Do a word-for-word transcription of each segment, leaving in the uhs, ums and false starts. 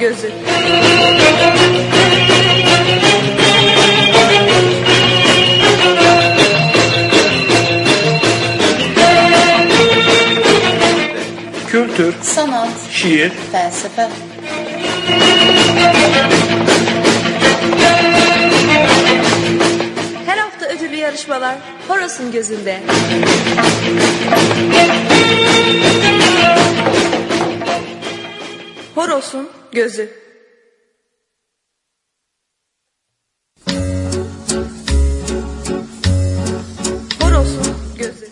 gözü. Kültür, sanat, şiir, felsefe. Her hafta ödüllü yarışmalar Horos'un gözünde. Horos'un gözü. Horos'un gözü.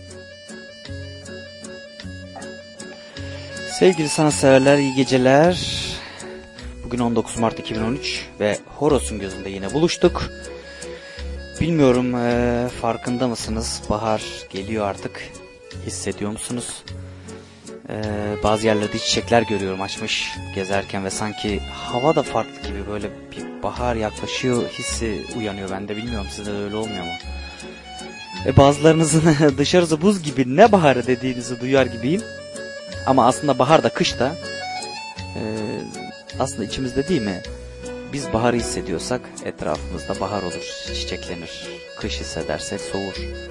Sevgili sanatseverler, iyi geceler. Bugün on dokuz Mart iki bin on üç ve Horos'un gözünde yine buluştuk. Bilmiyorum e, farkında mısınız? Bahar geliyor artık. Hissediyor musunuz? E, bazı yerlerde çiçekler görüyorum açmış gezerken ve sanki hava da farklı gibi, böyle bir bahar yaklaşıyor hissi uyanıyor bende. Bilmiyorum, sizde de öyle olmuyor mu? E, bazılarınızın dışarısı buz gibi, ne baharı dediğinizi duyar gibiyim. Ama aslında bahar da kış da e, aslında içimizde, değil mi? Biz baharı hissediyorsak etrafımızda bahar olur, çiçeklenir. Kış hissedersek soğur.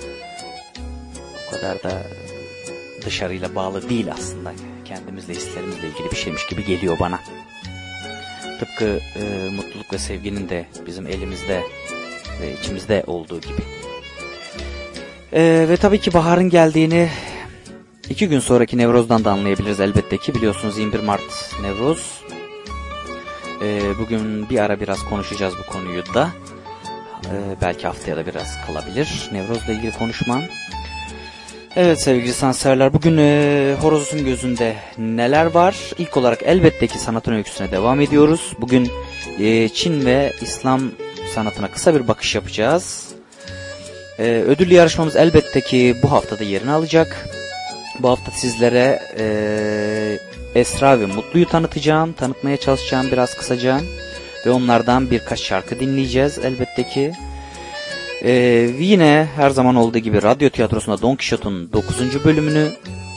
O kadar da dışarıyla bağlı değil aslında. Kendimizle, hislerimizle ilgili bir şeymiş gibi geliyor bana. Tıpkı e, mutluluk ve sevginin de bizim elimizde ve içimizde olduğu gibi. E, ve tabii ki baharın geldiğini İki gün sonraki Nevroz'dan da anlayabiliriz elbette ki. Biliyorsunuz yirmi bir Mart Nevroz. Ee, bugün bir ara biraz konuşacağız bu konuyu da. Ee, belki haftaya da biraz kalabilir Nevroz'la ilgili konuşmam. Evet sevgili sanatseverler, bugün e, Horos'un gözünde neler var? İlk olarak elbette ki sanatın öyküsüne devam ediyoruz. Bugün e, Çin ve İslam sanatına kısa bir bakış yapacağız. E, ödüllü yarışmamız elbette ki bu haftada yerini alacak. Bu hafta sizlere e, Esra ve Mutlu'yu tanıtacağım, tanıtmaya çalışacağım biraz kısaca ve onlardan birkaç şarkı dinleyeceğiz elbette ki. E, yine her zaman olduğu gibi radyo tiyatrosunda Don Quixote'un dokuzuncu bölümünü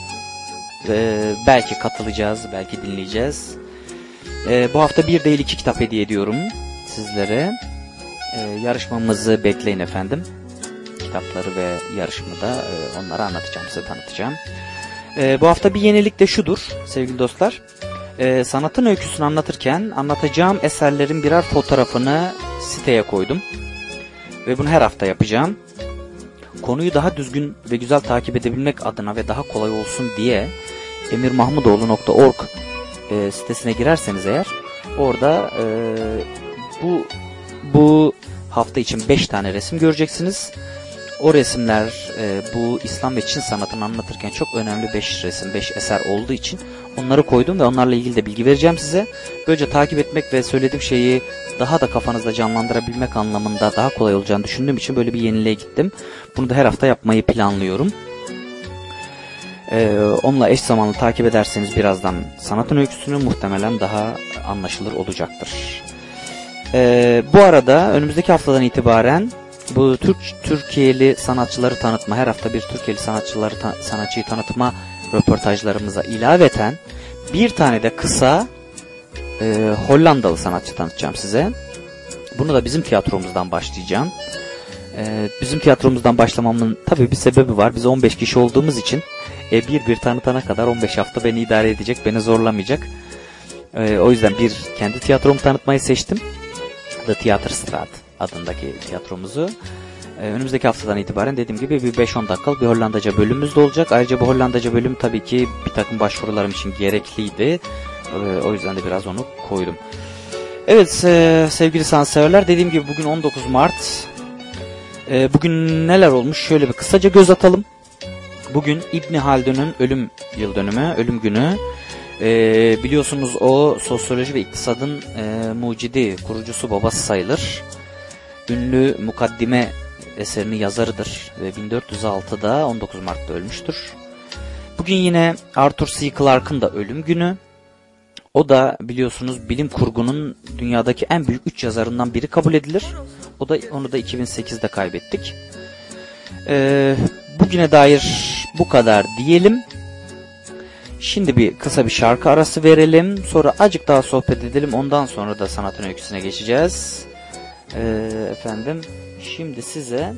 e, belki katılacağız, belki dinleyeceğiz. E, bu hafta bir değil iki kitap hediye ediyorum sizlere. E, yarışmamızı bekleyin efendim. Kitapları ve yarışmada e, onları anlatacağım, size tanıtacağım. E, bu hafta bir yenilik de şudur sevgili dostlar. E, sanatın öyküsünü anlatırken anlatacağım eserlerin birer fotoğrafını siteye koydum. Ve bunu her hafta yapacağım. Konuyu daha düzgün ve güzel takip edebilmek adına ve daha kolay olsun diye emir mahmudoğlu nokta org e, sitesine girerseniz eğer, orada e, bu bu hafta için beş tane resim göreceksiniz. O resimler e, bu İslam ve Çin sanatını anlatırken çok önemli beş resim, beş eser olduğu için onları koydum ve onlarla ilgili de bilgi vereceğim size. Böylece takip etmek ve söylediğim şeyi daha da kafanızda canlandırabilmek anlamında daha kolay olacağını düşündüğüm için böyle bir yeniliğe gittim. Bunu da her hafta yapmayı planlıyorum. Ee, onunla eş zamanlı takip ederseniz birazdan sanatın öyküsünü muhtemelen daha anlaşılır olacaktır. Ee, bu arada önümüzdeki haftadan itibaren bu Türk Türkiye'li sanatçıları tanıtma, her hafta bir Türkiye'li sanatçıları ta, sanatçıyı tanıtma röportajlarımıza ilaveten bir tane de kısa e, Hollandalı sanatçı tanıtacağım size. Bunu da bizim tiyatromuzdan başlayacağım. E, bizim tiyatromuzdan başlamamın tabii bir sebebi var. Biz on beş kişi olduğumuz için e, bir bir tanıtana kadar on beş hafta beni idare edecek, beni zorlamayacak. E, o yüzden bir kendi tiyatromu tanıtmayı seçtim. The Theaterstraat adındaki tiyatromuzu. Ee, önümüzdeki haftadan itibaren dediğim gibi bir beş on dakikalık bir Hollandaca bölümümüz de olacak. Ayrıca bu Hollandaca bölüm tabii ki bir takım başvurularım için gerekliydi. Ee, o yüzden de biraz onu koydum. Evet e, sevgili sanatseverler, dediğim gibi bugün on dokuz Mart. E, bugün neler olmuş şöyle bir kısaca göz atalım. Bugün İbni Haldun'un ölüm yıl dönümü, ölüm günü. Ee, biliyorsunuz o sosyoloji ve iktisadın e, mucidi, kurucusu, babası sayılır. Ünlü Mukaddime eserinin yazarıdır ve bin dört yüz altıda on dokuz Mart'ta ölmüştür. Bugün yine Arthur C. Clarke'ın da ölüm günü. O da biliyorsunuz bilim kurgunun dünyadaki en büyük üç yazarından biri kabul edilir. O da onu da iki bin sekizde kaybettik. Ee, bugüne dair bu kadar diyelim. Şimdi bir kısa bir şarkı arası verelim. Sonra azıcık daha sohbet edelim. Ondan sonra da sanatın öyküsüne geçeceğiz. Ee, efendim şimdi size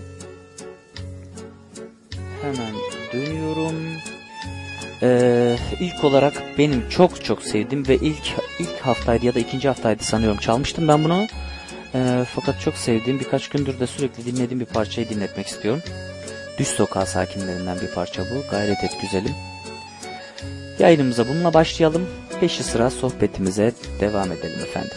hemen dönüyorum. Ee, ilk olarak benim çok çok sevdiğim ve ilk ilk haftaydı ya da ikinci haftaydı sanıyorum çalmıştım ben bunu. Ee, fakat çok sevdiğim, birkaç gündür de sürekli dinlediğim bir parçayı dinletmek istiyorum. Düş Sokağı sakinlerinden bir parça bu. Gayret et güzelim. Yayınımıza bununla başlayalım. Peşi sıra sohbetimize devam edelim efendim.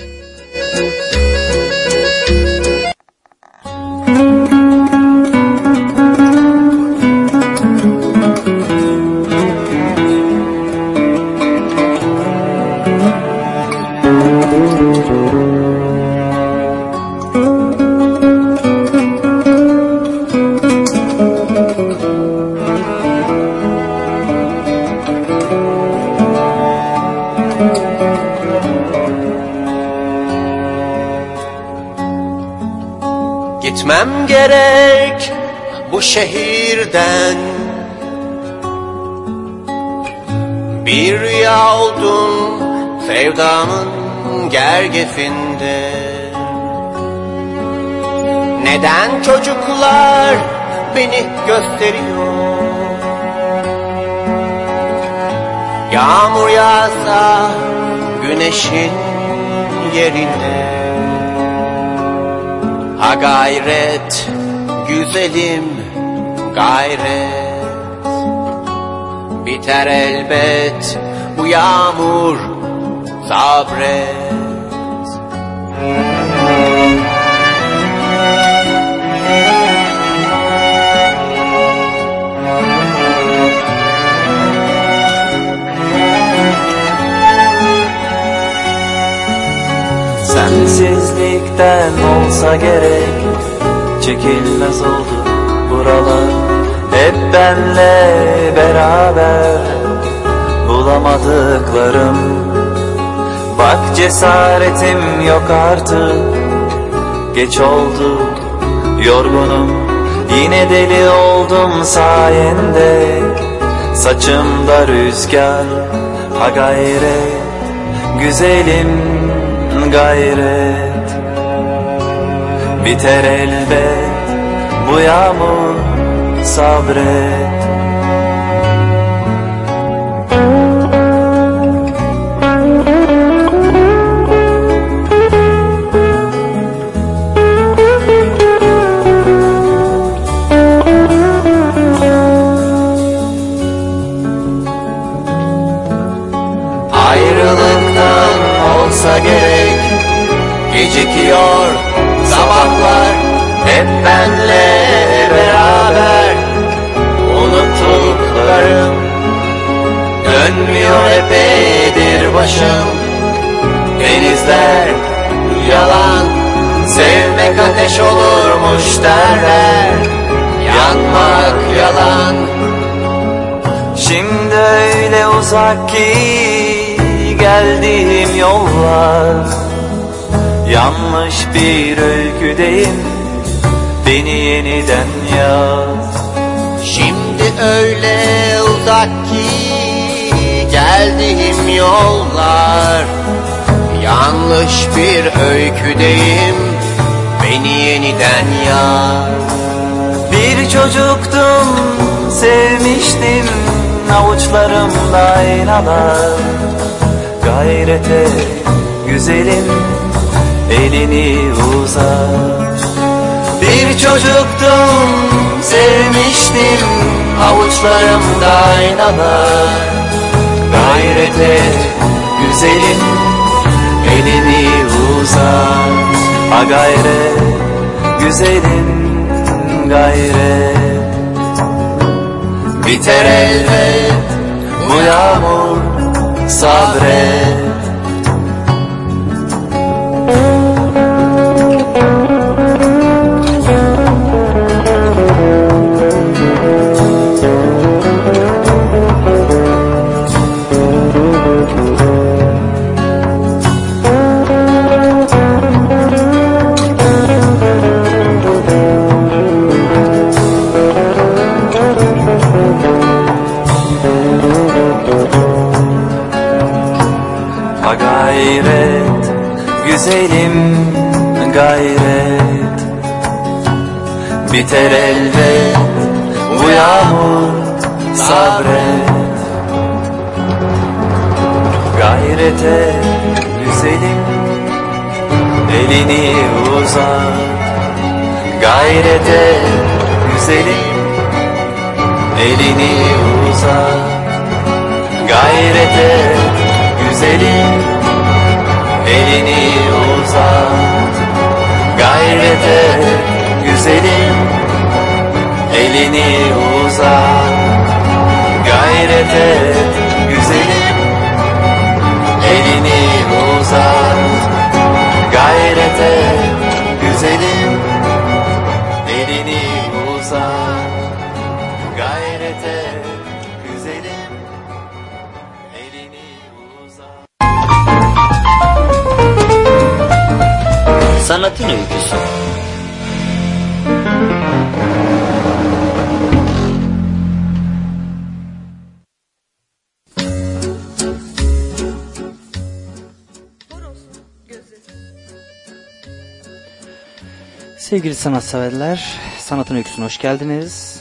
Gitmem gerek bu şehirden. Bir rüya oldum sevdamın gergefinde. Neden çocuklar beni gösteriyor? Yağmur yağsa güneşin yerine. Ha gayret güzelim gayret, biter elbet bu yağmur, sabret. Sensizlikten olsa gerek, çekilmez oldu buralar. Hep benle beraber bulamadıklarım. Bak cesaretim yok artık, geç oldu yorgunum. Yine deli oldum sayende, saçımda rüzgar. Ha gayret güzelim gayret, biter elbet bu yağmur, sabret. Ayrılıktan olsa gerek, gecikiyor sabahlar. Hep benle beraber unuttuklarım. Dönmüyor epeydir başım. Denizler yalan, sevmek ateş olurmuş derler. Yanmak yalan. Şimdi öyle uzak ki geldiğim yollar, yanlış bir öyküdeyim, beni yeniden yaz. Şimdi öyle uzak ki geldiğim yollar, yanlış bir öyküdeyim, beni yeniden yaz. Bir çocuktum, sevmiştim, avuçlarımda aynalar. Gayret et güzelim, elini uzat. Bir çocuktum, sevmiştim, avuçlarımda aynalar. Gayret et güzelim, elini uzat. Ha gayret güzelim gayret, biter elbet bu yağmur, sabret. Gayret, güzelim gayret, biter elbet bu yağmur, sabret. Gayrete güzelim, elini uzat. Gayrete güzelim, elini uzat. Gayrete güzelim, elini uzat. Gayrete güzelim, elini uzat. Gayrete güzelim, elini uzat. Gayrete güzelim, elini uzat. Gayrete güzelim, elini uzat. Sanatın öyküsü. Horosun gözü. Sevgili sanatseverler, Sanatın Öyküsü'ne hoş geldiniz.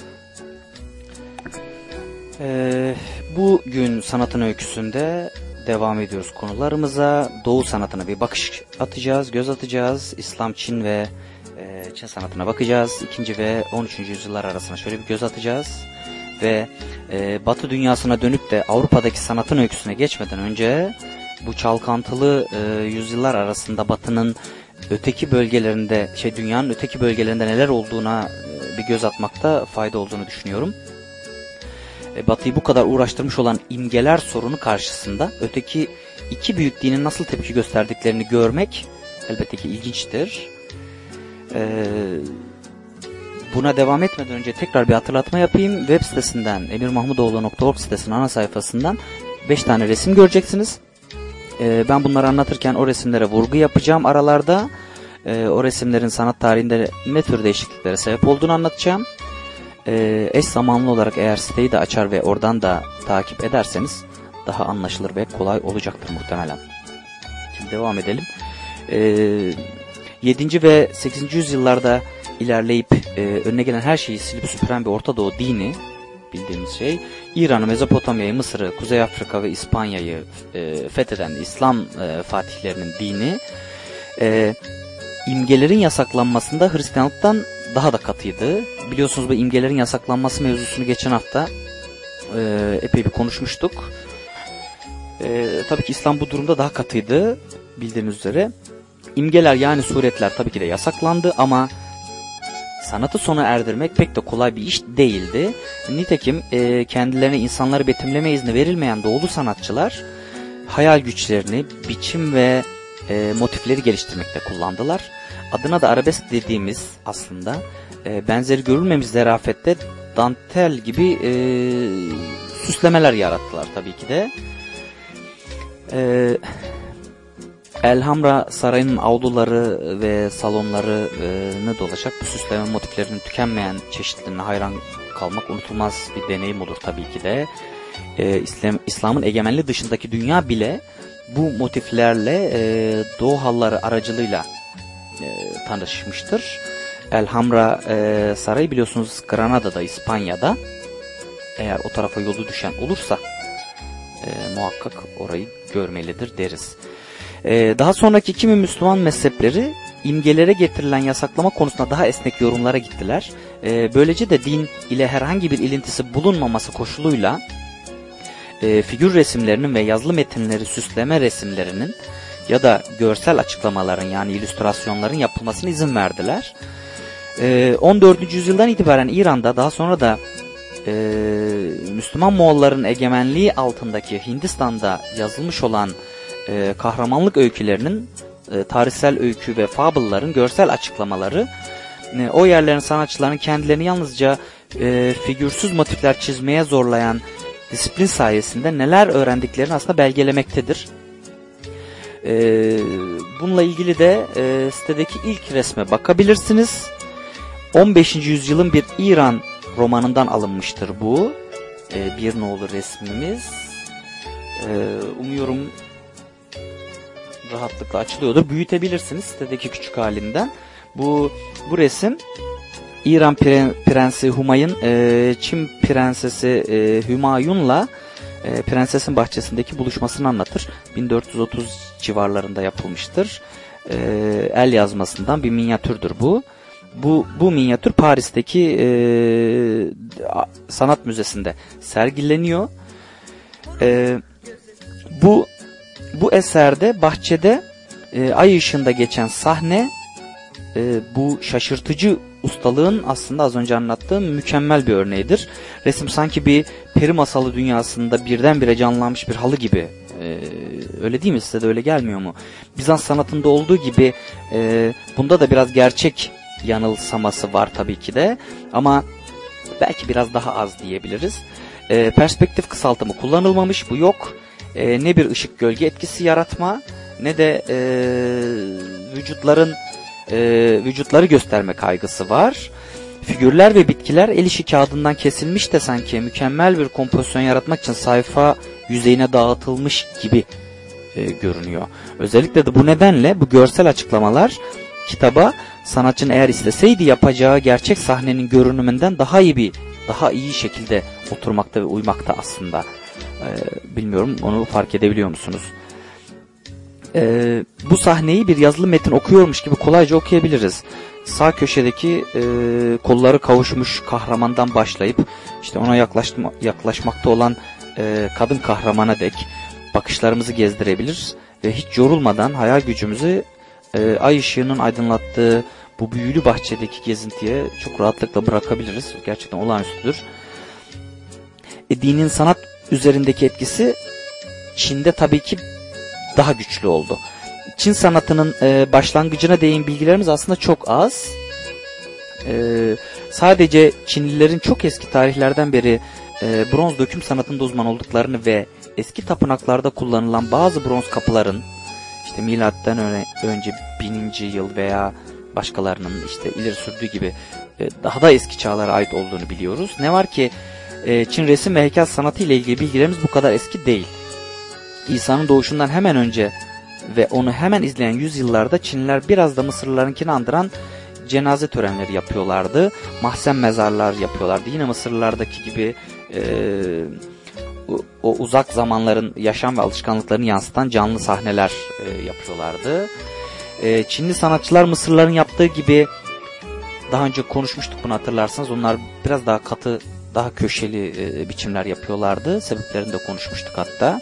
Ee, bugün Sanatın Öyküsü'nde devam ediyoruz konularımıza. Doğu sanatına bir bakış atacağız, göz atacağız. İslam, Çin ve e, Çin sanatına bakacağız. ikinci ve on üçüncü yüzyıllar arasına şöyle bir göz atacağız. Ve e, Batı dünyasına dönüp de Avrupa'daki sanatın öyküsüne geçmeden önce bu çalkantılı e, yüzyıllar arasında Batı'nın öteki bölgelerinde, şey dünyanın öteki bölgelerinde neler olduğuna e, bir göz atmakta fayda olduğunu düşünüyorum. E, Batı'yı bu kadar uğraştırmış olan imgeler sorunu karşısında öteki iki büyük dinin nasıl tepki gösterdiklerini görmek elbette ki ilginçtir. E, buna devam etmeden önce tekrar bir hatırlatma yapayım. Web sitesinden emir mahmudoğlu nokta org sitesinin ana sayfasından beş tane resim göreceksiniz. E, ben bunları anlatırken o resimlere vurgu yapacağım aralarda. E, o resimlerin sanat tarihinde ne tür değişikliklere sebep olduğunu anlatacağım. E, eş zamanlı olarak eğer siteyi de açar ve oradan da takip ederseniz daha anlaşılır ve kolay olacaktır muhtemelen. Şimdi devam edelim. E, yedinci ve sekizinci yüzyıllarda ilerleyip e, önüne gelen her şeyi silip süpüren bir Orta Doğu dini, bildiğimiz şey, İran'ı, Mezopotamya'yı, Mısır'ı, Kuzey Afrika ve İspanya'yı e, fetheden İslam e, fatihlerinin dini, e, imgelerin yasaklanmasında Hristiyanlıktan daha da katıydı. Biliyorsunuz bu imgelerin yasaklanması mevzusunu geçen hafta e, epey bir konuşmuştuk. E, tabii ki İslam bu durumda daha katıydı, bildiğiniz üzere. İmgeler yani suretler tabii ki de yasaklandı ama sanatı sona erdirmek pek de kolay bir iş değildi. Nitekim e, kendilerine insanları betimleme izni verilmeyen doğulu sanatçılar hayal güçlerini, biçim ve e, motifleri geliştirmekte kullandılar. Adına da arabesk dediğimiz aslında e, benzeri görülmemiş zarafette dantel gibi e, süslemeler yarattılar tabii ki de. E, Elhamra Sarayı'nın avluları ve salonlarını dolaşacak bu süsleme motiflerinin tükenmeyen çeşitlerine hayran kalmak unutulmaz bir deneyim olur tabii ki de. Ee, İslam, İslam'ın egemenliği dışındaki dünya bile bu motiflerle e, Doğu halları aracılığıyla e, tanışmıştır. Elhamra e, Sarayı biliyorsunuz Granada'da, İspanya'da. Eğer o tarafa yolu düşen olursa e, muhakkak orayı görmelidir deriz. Ee, daha sonraki kimi Müslüman mezhepleri imgelere getirilen yasaklama konusunda daha esnek yorumlara gittiler. Ee, böylece de din ile herhangi bir ilintisi bulunmaması koşuluyla e, figür resimlerinin ve yazılı metinleri süsleme resimlerinin ya da görsel açıklamaların yani illüstrasyonların yapılmasına izin verdiler. Ee, on dördüncü yüzyıldan itibaren İran'da, daha sonra da e, Müslüman Moğolların egemenliği altındaki Hindistan'da yazılmış olan e, kahramanlık öykülerinin, e, tarihsel öykü ve fable'ların görsel açıklamaları e, o yerlerin sanatçılarının kendilerini yalnızca e, figürsüz motifler çizmeye zorlayan disiplin sayesinde neler öğrendiklerini aslında belgelemektedir. E, bununla ilgili de e, sitedeki ilk resme bakabilirsiniz. on beşinci yüzyılın bir İran romanından alınmıştır bu. E, bir nolu resmimiz. E, umuyorum rahatlıkla açılıyordur. Büyütebilirsiniz sitedeki küçük halinden. Bu bu resim İran Prensi Humayun, e, Çin Prensesi e, Hümayun'la e, Prensesin bahçesindeki buluşmasını anlatır. bin dört yüz otuz civarlarında yapılmıştır. E, el yazmasından bir minyatürdür bu. Bu bu minyatür Paris'teki e, sanat müzesinde sergileniyor. E, bu bu eserde bahçede e, ay ışığında geçen sahne e, bu şaşırtıcı ustalığın aslında az önce anlattığım mükemmel bir örneğidir. Resim sanki bir peri masalı dünyasında birdenbire canlanmış bir halı gibi. Ee, öyle değil mi? Size de öyle gelmiyor mu? Bizans sanatında olduğu gibi e, bunda da biraz gerçek yanılsaması var tabii ki de. Ama belki biraz daha az diyebiliriz. E, perspektif kısaltımı kullanılmamış. Bu yok. E, ne bir ışık gölge etkisi yaratma ne de e, vücutların e, vücutları gösterme kaygısı var. Figürler ve bitkiler el işi kağıdından kesilmiş de sanki mükemmel bir kompozisyon yaratmak için sayfa yüzeyine dağıtılmış gibi e, görünüyor. Özellikle de bu nedenle bu görsel açıklamalar kitaba sanatçının eğer isteseydi yapacağı gerçek sahnenin görünümünden daha iyi bir daha iyi şekilde oturmakta ve uymakta aslında. E, bilmiyorum, onu fark edebiliyor musunuz? E, bu sahneyi bir yazılı metin okuyormuş gibi kolayca okuyabiliriz. Sağ köşedeki e, kolları kavuşmuş kahramandan başlayıp işte ona yaklaşma, yaklaşmakta olan e, kadın kahramana dek bakışlarımızı gezdirebilir ve hiç yorulmadan hayal gücümüzü e, ay ışığının aydınlattığı bu büyülü bahçedeki gezintiye çok rahatlıkla bırakabiliriz. Gerçekten olağanüstüdür. E, dinin sanat üzerindeki etkisi Çin'de tabii ki daha güçlü oldu. Çin sanatının e, başlangıcına değin bilgilerimiz aslında çok az. E, sadece Çinlilerin çok eski tarihlerden beri e, bronz döküm sanatında uzman olduklarını ve eski tapınaklarda kullanılan bazı bronz kapıların işte milattan önce bininci yıl veya başkalarının işte ileri sürdüğü gibi e, daha da eski çağlara ait olduğunu biliyoruz. Ne var ki e, Çin resim ve heykel sanatı ile ilgili bilgilerimiz bu kadar eski değil. İsa'nın doğuşundan hemen önce ve onu hemen izleyen yüzyıllarda Çinliler biraz da Mısırlılarınkini andıran cenaze törenleri yapıyorlardı. Mahzen mezarlar yapıyorlardı. Yine Mısırlılardaki gibi e, o, o uzak zamanların yaşam ve alışkanlıklarını yansıtan canlı sahneler e, yapıyorlardı. E, Çinli sanatçılar Mısırlıların yaptığı gibi, daha önce konuşmuştuk bunu hatırlarsanız, onlar biraz daha katı, daha köşeli e, biçimler yapıyorlardı. Sebeplerini de konuşmuştuk hatta.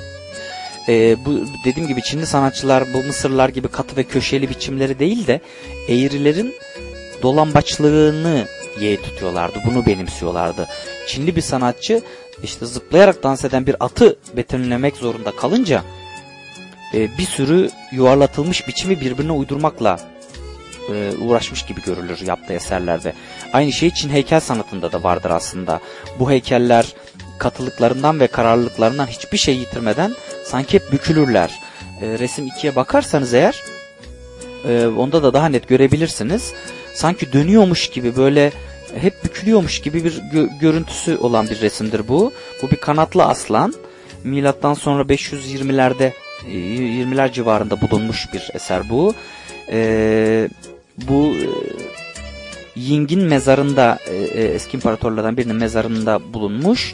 Ee, bu dediğim gibi Çinli sanatçılar bu Mısırlılar gibi katı ve köşeli biçimleri değil de eğrilerin dolambaçlığını yeğ tutuyorlardı. Bunu benimsiyorlardı. Çinli bir sanatçı işte zıplayarak dans eden bir atı betimlemek zorunda kalınca e, bir sürü yuvarlatılmış biçimi birbirine uydurmakla e, uğraşmış gibi görülür yaptığı eserlerde. Aynı şey Çin heykel sanatında da vardır aslında. Bu heykeller katılıklarından ve kararlılıklarından hiçbir şey yitirmeden sanki hep bükülürler. E, resim ikiye bakarsanız eğer e, onda da daha net görebilirsiniz. Sanki dönüyormuş gibi, böyle hep bükülüyormuş gibi bir gö- görüntüsü olan bir resimdir bu. Bu bir kanatlı aslan. Milattan sonra beş yüz yirmilerde yirmiler civarında bulunmuş bir eser bu. E, bu e, Ying'in mezarında, e, eski imparatorlardan birinin mezarında bulunmuş.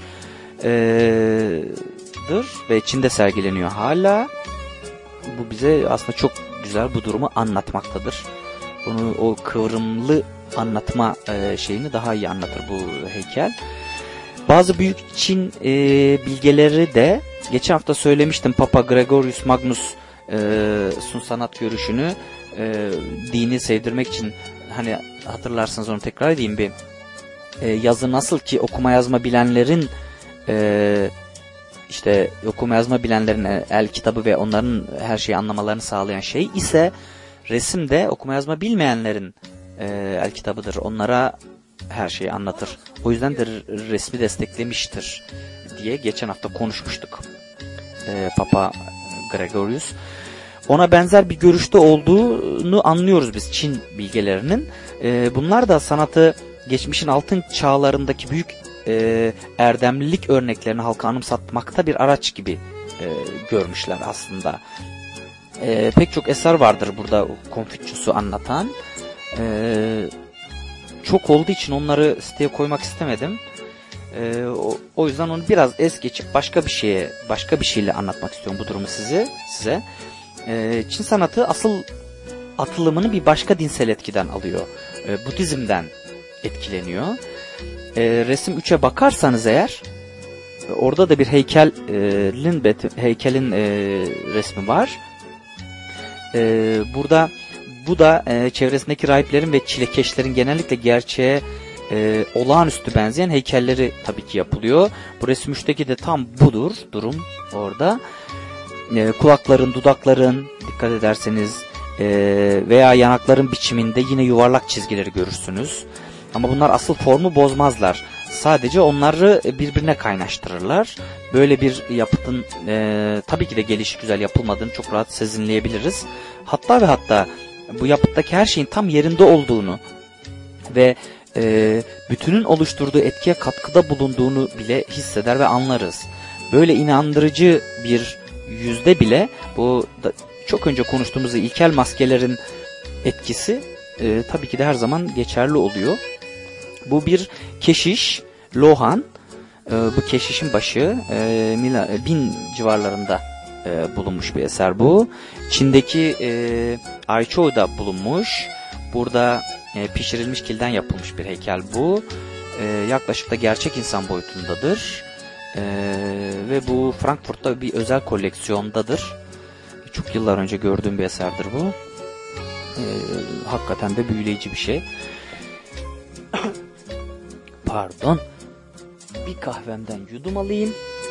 Ee, ve Çin'de sergileniyor hala. Bu bize aslında çok güzel bu durumu anlatmaktadır. Onu, o kıvrımlı anlatma e, şeyini daha iyi anlatır bu heykel. Bazı büyük Çin e, bilgeleri de geçen hafta söylemiştim. Papa Gregorius Magnus e, sun sanat görüşünü e, dini sevdirmek için, hani hatırlarsanız onu tekrar edeyim bir. E, yazı nasıl ki okuma yazma bilenlerin Ee, işte okuma yazma bilenlerin el kitabı ve onların her şeyi anlamalarını sağlayan şey ise resim de okuma yazma bilmeyenlerin e, el kitabıdır. Onlara her şeyi anlatır. O yüzden de resmi desteklemiştir diye geçen hafta konuşmuştuk. Ee, Papa Gregorius. Ona benzer bir görüşte olduğunu anlıyoruz biz Çin bilgelerinin. Ee, bunlar da sanatı geçmişin altın çağlarındaki büyük E, erdemlilik örneklerini halka anımsatmakta bir araç gibi e, görmüşler aslında. e, pek çok eser vardır burada Konfüçyüs'ü anlatan. E, çok olduğu için onları siteye koymak istemedim. E, o, o yüzden onu biraz es geçip başka bir şeye, başka bir şeyle anlatmak istiyorum bu durumu size. size. E, Çin sanatı asıl atılımını bir başka dinsel etkiden alıyor. E, Budizm'den etkileniyor. E, resim üçe bakarsanız eğer, orada da bir heykelin heykelin e, resmi var. E, burada bu da e, çevresindeki rahiplerin ve çilekeşlerin genellikle gerçeğe e, olağanüstü benzeyen heykelleri tabii ki yapılıyor. Bu resim üçteki de tam budur durum orada. E, kulakların, dudakların dikkat ederseniz e, veya yanakların biçiminde yine yuvarlak çizgileri görürsünüz. Ama bunlar asıl formu bozmazlar. Sadece onları birbirine kaynaştırırlar. Böyle bir yapıtın e, tabii ki de gelişi güzel yapılmadığını çok rahat sezinleyebiliriz. Hatta ve hatta bu yapıttaki her şeyin tam yerinde olduğunu ve e, bütünün oluşturduğu etkiye katkıda bulunduğunu bile hisseder ve anlarız. Böyle inandırıcı bir yüzde bile bu da, çok önce konuştuğumuz ilkel maskelerin etkisi e, tabii ki de her zaman geçerli oluyor. Bu bir keşiş, Lohan. E, bu keşişin başı e, Mila, bin civarlarında e, bulunmuş bir eser bu. Çin'deki e, Aichou'da bulunmuş. Burada e, pişirilmiş kilden yapılmış bir heykel bu. E, yaklaşık da gerçek insan boyutundadır. E, ve bu Frankfurt'ta bir özel koleksiyondadır. Çok yıllar önce gördüğüm bir eserdir bu. E, hakikaten de büyüleyici bir şey. Pardon. Bir kahvemden yudum alayım.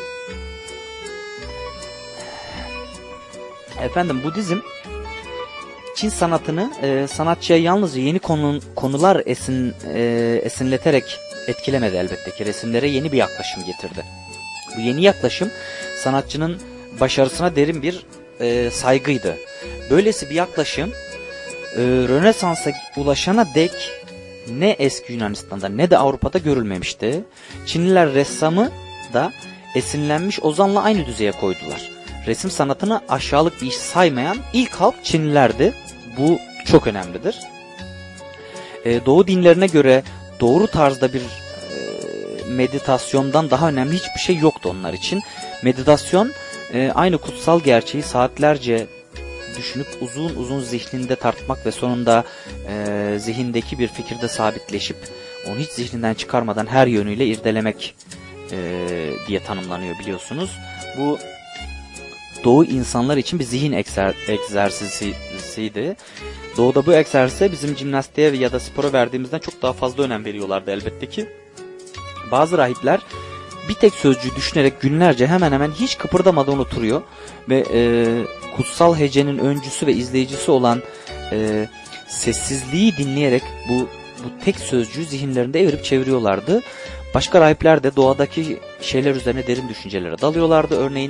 Efendim, Budizm Çin sanatını e, sanatçıya yalnızca yeni konu, konular esin, e, esinleterek etkilemedi elbette ki. Resimlere yeni bir yaklaşım getirdi. Bu yeni yaklaşım sanatçının başarısına derin bir e, saygıydı. Böylesi bir yaklaşım e, Rönesans'a ulaşana dek ne eski Yunanistan'da ne de Avrupa'da görülmemişti. Çinliler ressamı da esinlenmiş ozanla aynı düzeye koydular. Resim sanatını aşağılık bir iş saymayan ilk halk Çinlilerdi. Bu çok önemlidir. Ee, Doğu dinlerine göre doğru tarzda bir e, meditasyondan daha önemli hiçbir şey yoktu onlar için. Meditasyon e, aynı kutsal gerçeği saatlerce düşünüp uzun uzun zihninde tartmak ve sonunda e, zihindeki bir fikirde sabitleşip onu hiç zihninden çıkarmadan her yönüyle irdelemek e, diye tanımlanıyor, biliyorsunuz. Bu Doğu insanlar için bir zihin egzer, egzersiziydi. Doğuda bu egzersize bizim jimnastiğe ya da spora verdiğimizden çok daha fazla önem veriyorlardı elbette ki. Bazı rahipler bir tek sözcüğü düşünerek günlerce hemen hemen hiç kıpırdamadan oturuyor ve e, kutsal hecenin öncüsü ve izleyicisi olan e, sessizliği dinleyerek bu, bu tek sözcüğü zihinlerinde evirip çeviriyorlardı. Başka rahipler de doğadaki şeyler üzerine derin düşüncelere dalıyorlardı. Örneğin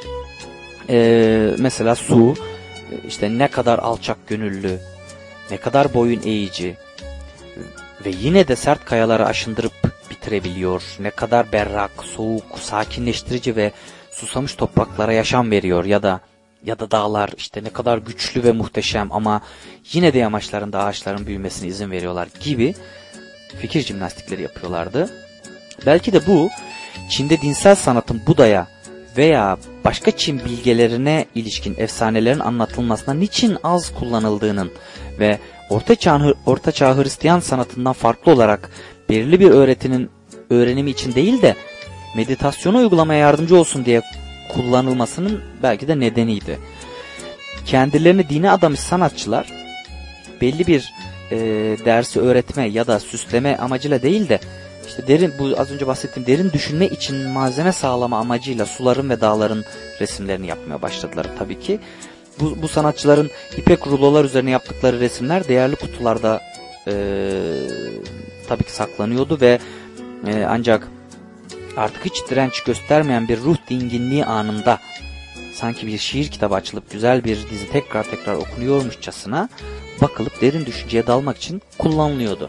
e, mesela su, işte ne kadar alçak gönüllü, ne kadar boyun eğici ve yine de sert kayaları aşındırıp bitirebiliyor. Ne kadar berrak, soğuk, sakinleştirici ve susamış topraklara yaşam veriyor. Ya da ya da dağlar işte ne kadar güçlü ve muhteşem ama yine de yamaçlarında ağaçların büyümesine izin veriyorlar gibi fikir jimnastikleri yapıyorlardı. Belki de bu Çin'de dinsel sanatın Buda'ya veya başka Çin bilgelerine ilişkin efsanelerin anlatılmasına niçin az kullanıldığının ve Orta Çağ, Orta Çağ Hristiyan sanatından farklı olarak belirli bir öğretinin öğrenimi için değil de meditasyonu uygulamaya yardımcı olsun diye kullanılmasının belki de nedeniydi. Kendilerini dine adamış sanatçılar belli bir e, dersi öğretme ya da süsleme amacıyla değil de işte derin, bu az önce bahsettiğim derin düşünme için malzeme sağlama amacıyla suların ve dağların resimlerini yapmaya başladılar tabii ki. Bu, bu sanatçıların ipek rulolar üzerine yaptıkları resimler değerli kutularda e, tabii ki saklanıyordu ve e, ancak artık hiç direnç göstermeyen bir ruh dinginliği anında sanki bir şiir kitabı açılıp güzel bir dizi tekrar tekrar okunuyormuşçasına bakılıp derin düşünceye dalmak için kullanılıyordu.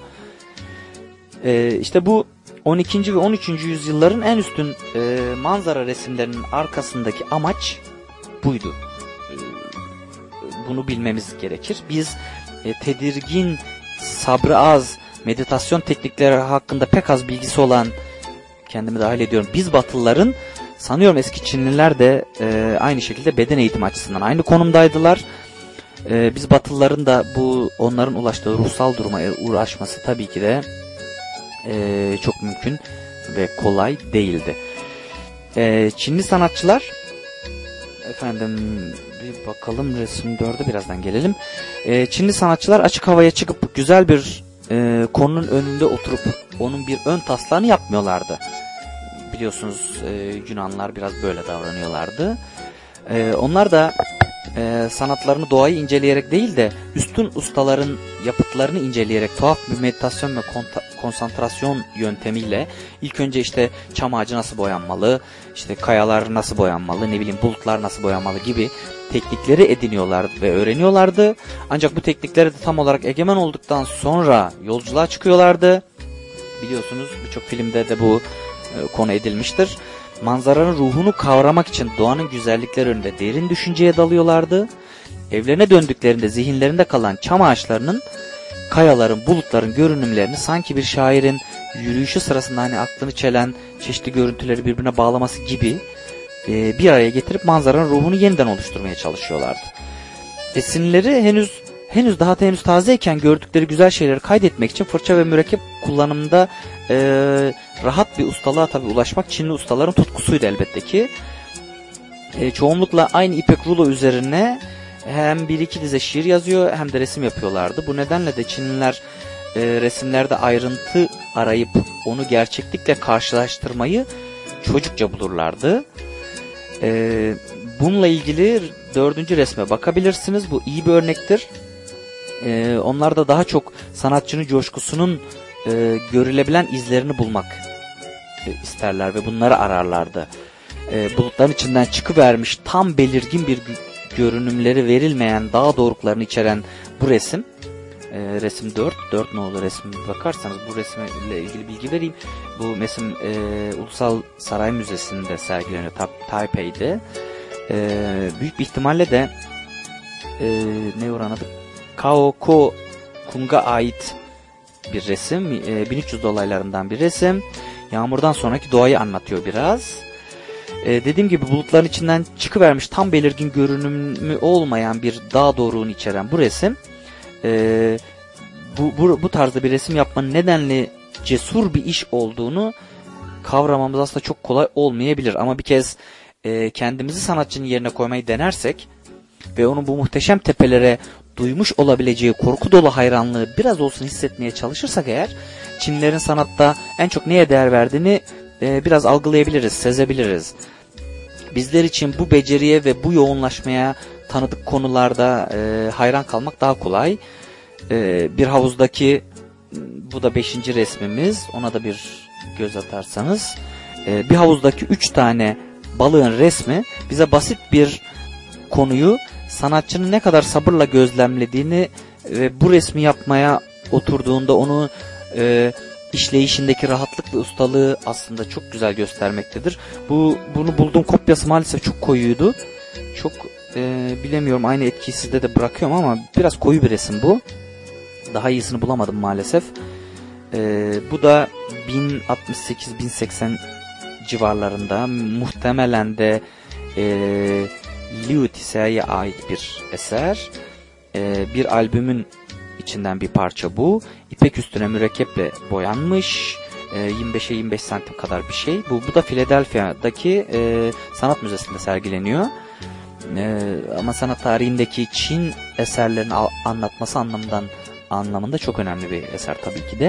Ee, işte bu on ikinci ve on üçüncü yüzyılların en üstün e, manzara resimlerinin arkasındaki amaç buydu. Ee, bunu bilmemiz gerekir. Biz e, tedirgin, sabrı az, meditasyon teknikleri hakkında pek az bilgisi olan, kendimi dahil ediyorum, biz Batılıların, sanıyorum eski Çinliler de e, aynı şekilde beden eğitimi açısından aynı konumdaydılar. E, biz Batılıların da bu onların ulaştığı ruhsal duruma uğraşması tabii ki de e, çok mümkün ve kolay değildi. E, Çinli sanatçılar, efendim bir bakalım resim dörde birazdan gelelim. E, Çinli sanatçılar açık havaya çıkıp güzel bir e, konunun önünde oturup onun bir ön taslağını yapmıyorlardı. Biliyorsunuz e, Yunanlar biraz böyle davranıyorlardı. E, onlar da e, sanatlarını, doğayı inceleyerek değil de üstün ustaların yapıtlarını inceleyerek tuhaf bir meditasyon ve konsantrasyon yöntemiyle ilk önce işte çam ağacı nasıl boyanmalı, işte kayalar nasıl boyanmalı, ne bileyim bulutlar nasıl boyanmalı gibi teknikleri ediniyorlardı ve öğreniyorlardı. Ancak bu teknikleri de tam olarak egemen olduktan sonra yolculuğa çıkıyorlardı. Biliyorsunuz birçok filmde de bu e, konu edilmiştir. Manzaranın ruhunu kavramak için doğanın güzellikleri önünde derin düşünceye dalıyorlardı. Evlerine döndüklerinde zihinlerinde kalan çam ağaçlarının, kayaların, bulutların görünümlerini sanki bir şairin yürüyüşü sırasında hani aklını çelen çeşitli görüntüleri birbirine bağlaması gibi e, bir araya getirip manzaranın ruhunu yeniden oluşturmaya çalışıyorlardı. Esinleri henüz henüz daha henüz tazeyken gördükleri güzel şeyleri kaydetmek için fırça ve mürekkep kullanımında e, rahat bir ustalığa tabii ulaşmak Çinli ustaların tutkusuydu elbette ki. E, çoğunlukla aynı ipek rulo üzerine hem bir iki dize şiir yazıyor hem de resim yapıyorlardı. Bu nedenle de Çinliler e, resimlerde ayrıntı arayıp onu gerçeklikle karşılaştırmayı çocukça bulurlardı. E, bununla ilgili dördüncü resme bakabilirsiniz. Bu iyi bir örnektir. E, onlar da daha çok sanatçının coşkusunun e, görülebilen izlerini bulmak e, isterler ve bunları ararlardı. E, bulutların içinden çıkıvermiş tam belirgin bir görünümleri verilmeyen dağ doruklarını içeren bu resim, e, resim dört, dört nolu resme bakarsanız bu resimle ilgili bilgi vereyim. Bu resim e, Ulusal Saray Müzesi'nde sergileniyor, Taipei'de. E, büyük bir ihtimalle de e, ne oranı adı? Kao Ko Kung'a ait bir resim. E, bin üç yüz dolaylarından bir resim. Yağmurdan sonraki doğayı anlatıyor biraz. Ee, dediğim gibi bulutların içinden çıkıvermiş tam belirgin görünümü olmayan bir dağ doruğunu içeren bu resim e, bu, bu, bu tarzda bir resim yapmanın nedenli cesur bir iş olduğunu kavramamız aslında çok kolay olmayabilir. Ama bir kez e, kendimizi sanatçının yerine koymayı denersek ve onun bu muhteşem tepelere duymuş olabileceği korku dolu hayranlığı biraz olsun hissetmeye çalışırsak eğer, Çinlilerin sanatta en çok neye değer verdiğini e, biraz algılayabiliriz, sezebiliriz. Bizler için bu beceriye ve bu yoğunlaşmaya tanıdık konularda e, hayran kalmak daha kolay. E, bir havuzdaki, bu da beşinci resmimiz, ona da bir göz atarsanız, e, bir havuzdaki üç tane balığın resmi bize basit bir konuyu sanatçının ne kadar sabırla gözlemlediğini ve bu resmi yapmaya oturduğunda onu e, işleyişindeki rahatlık ve ustalığı aslında çok güzel göstermektedir. Bu bunu bulduğum kopyası maalesef çok koyuydu. Çok e, bilemiyorum, aynı etkiyi sizde de bırakıyorum ama biraz koyu bir resim bu. Daha iyisini bulamadım maalesef. E, bu da bin altmış sekiz bin seksen civarlarında, muhtemelen de e, Liu Tise'ye ait bir eser. E, bir albümün içinden bir parça bu. İpek üstüne mürekkeple boyanmış. E, yirmi beşe yirmi beş santim kadar bir şey. Bu, bu da Philadelphia'daki e, sanat müzesinde sergileniyor. E, ama sanat tarihindeki Çin eserlerini al, anlatması anlamından anlamında çok önemli bir eser tabii ki de.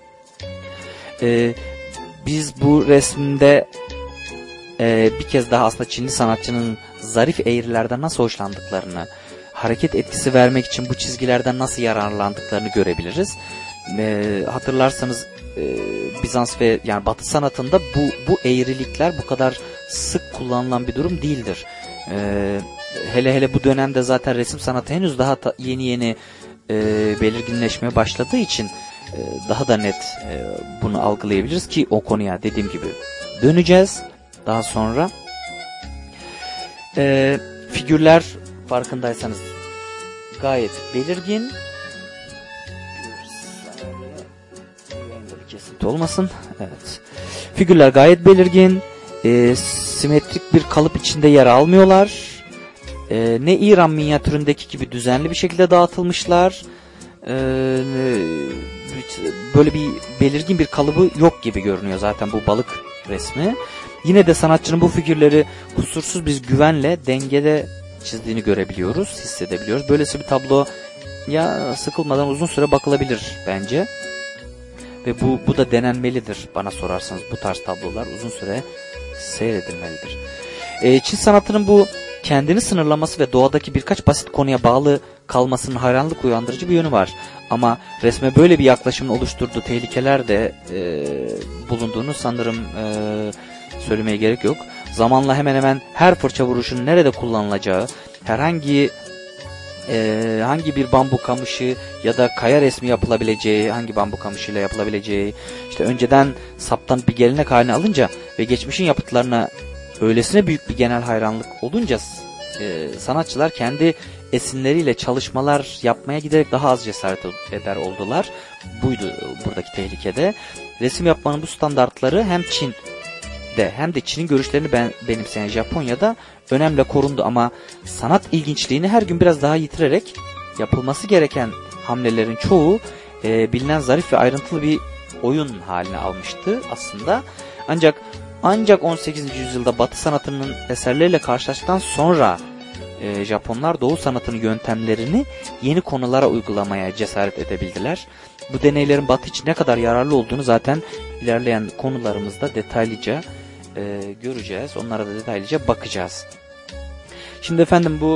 E, biz bu resimde e, bir kez daha aslında Çinli sanatçının zarif eğrilerden nasıl hoşlandıklarını, hareket etkisi vermek için bu çizgilerden nasıl yararlandıklarını görebiliriz. E, hatırlarsanız e, Bizans ve yani Batı sanatında bu bu eğrilikler bu kadar sık kullanılan bir durum değildir. E, hele hele bu dönemde zaten resim sanatı henüz daha ta, yeni yeni e, belirginleşmeye başladığı için e, daha da net e, bunu algılayabiliriz ki o konuya dediğim gibi döneceğiz daha sonra. E, figürler farkındaysanız gayet belirgin. Bir kesinti olmasın. Evet. Figürler gayet belirgin. E, simetrik bir kalıp içinde yer almıyorlar. E, ne İran minyatüründeki gibi düzenli bir şekilde dağıtılmışlar. E, böyle bir belirgin bir kalıbı yok gibi görünüyor zaten bu balık resmi. Yine de sanatçının bu figürleri kusursuz bir güvenle dengede çizdiğini görebiliyoruz, hissedebiliyoruz. Böylesi bir tablo ya sıkılmadan uzun süre bakılabilir bence. Ve bu bu da denenmelidir bana sorarsanız. Bu tarz tablolar uzun süre seyredilmelidir. Ee, Çin sanatının bu kendini sınırlaması ve doğadaki birkaç basit konuya bağlı kalmasının hayranlık uyandırıcı bir yönü var. Ama resme böyle bir yaklaşımın oluşturduğu tehlikeler de e, bulunduğunu sanırım e, söylemeye gerek yok. Zamanla hemen hemen her fırça vuruşun nerede kullanılacağı, herhangi e, hangi bir bambu kamışı ya da kaya resmi yapılabileceği, hangi bambu kamışıyla yapılabileceği, işte önceden saptan bir gelenek haline alınca ve geçmişin yapıtlarına öylesine büyük bir genel hayranlık olunca e, sanatçılar kendi esinleriyle çalışmalar yapmaya giderek daha az cesaret eder oldular. Buydu buradaki tehlikede. Resim yapmanın bu standartları hem Çin'de hem de Çin'in görüşlerini ben, benimseyen Japonya'da önemli korundu ama sanat ilginçliğini her gün biraz daha yitirerek yapılması gereken hamlelerin çoğu e, bilinen zarif ve ayrıntılı bir oyun haline almıştı aslında. Ancak ancak on sekizinci yüzyılda Batı sanatının eserleriyle karşılaştıktan sonra e, Japonlar Doğu sanatının yöntemlerini yeni konulara uygulamaya cesaret edebildiler. Bu deneylerin Batı için ne kadar yararlı olduğunu zaten ilerleyen konularımızda detaylıca e, göreceğiz. Onlara da detaylıca bakacağız. Şimdi efendim bu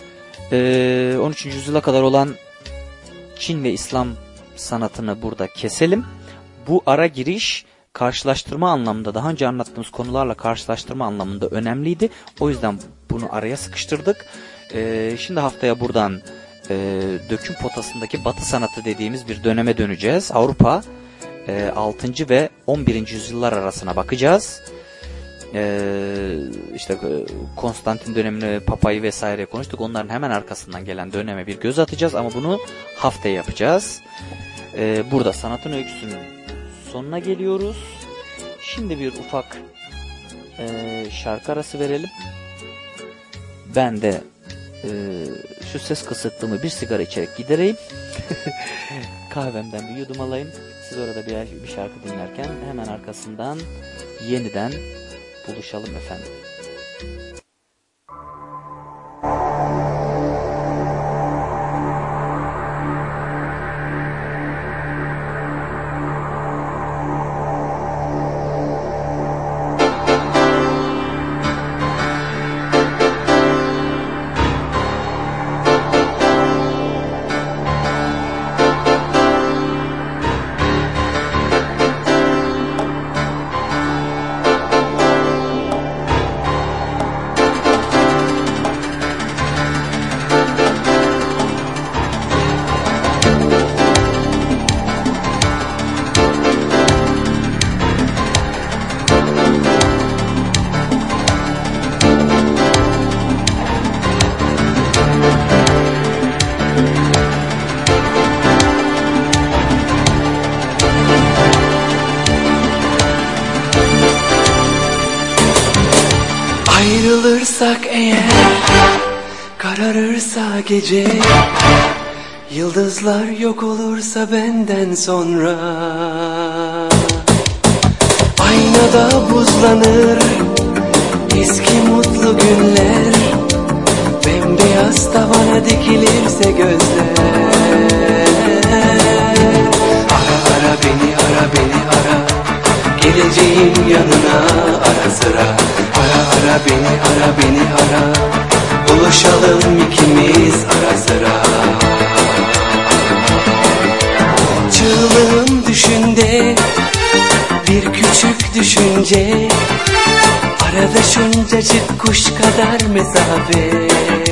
e, on üçüncü yüzyıla kadar olan Çin ve İslam sanatını burada keselim. Bu ara giriş karşılaştırma anlamında, daha önce anlattığımız konularla karşılaştırma anlamında önemliydi. O yüzden bunu araya sıkıştırdık. Ee, şimdi haftaya buradan e, döküm potasındaki Batı sanatı dediğimiz bir döneme döneceğiz. Avrupa e, altıncı ve on birinci yüzyıllar arasına bakacağız. Ee, işte Konstantin dönemini, Papa'yı vesaire konuştuk. Onların hemen arkasından gelen döneme bir göz atacağız ama bunu haftaya yapacağız. Ee, burada sanatın öyküsünün sonuna geliyoruz. Şimdi bir ufak e, şarkı arası verelim. Ben de e, şu ses kısıtlığımı bir sigara içerek gidereyim. Kahvemden bir yudum alayım. Siz orada bir, bir şarkı dinlerken hemen arkasından yeniden buluşalım efendim. Ayrılırsak eğer, kararırsa gece, yıldızlar yok olursa benden sonra, aynada buzlanır eski mutlu günler, bembeyaz tavana dikilirse gözler. Ara ara beni, ara beni ara, geleceğim yanına ara sıra. Ara ara beni, ara beni ara, buluşalım ikimiz ara sıra. Çığlığın düşünde bir küçük düşünce, arada şuncacık kuş kadar mesafe.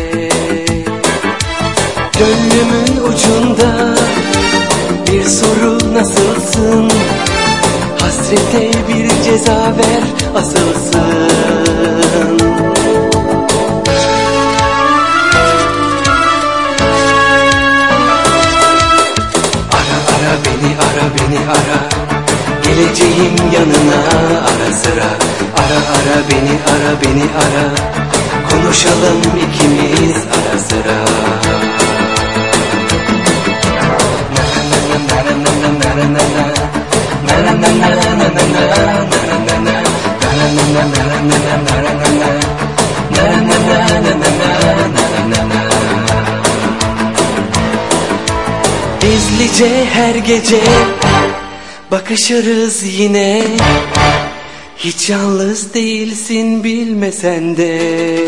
Gönlümün ucunda bir soru nasılsın, hasrete bir ceza ver asılsın. Geleceğim yanına ara sıra. Ara ara beni ara beni ara. Konuşalım ikimiz ara sıra. Gizlice her gece bakışırız yine. Hiç yalnız değilsin bilmesen de.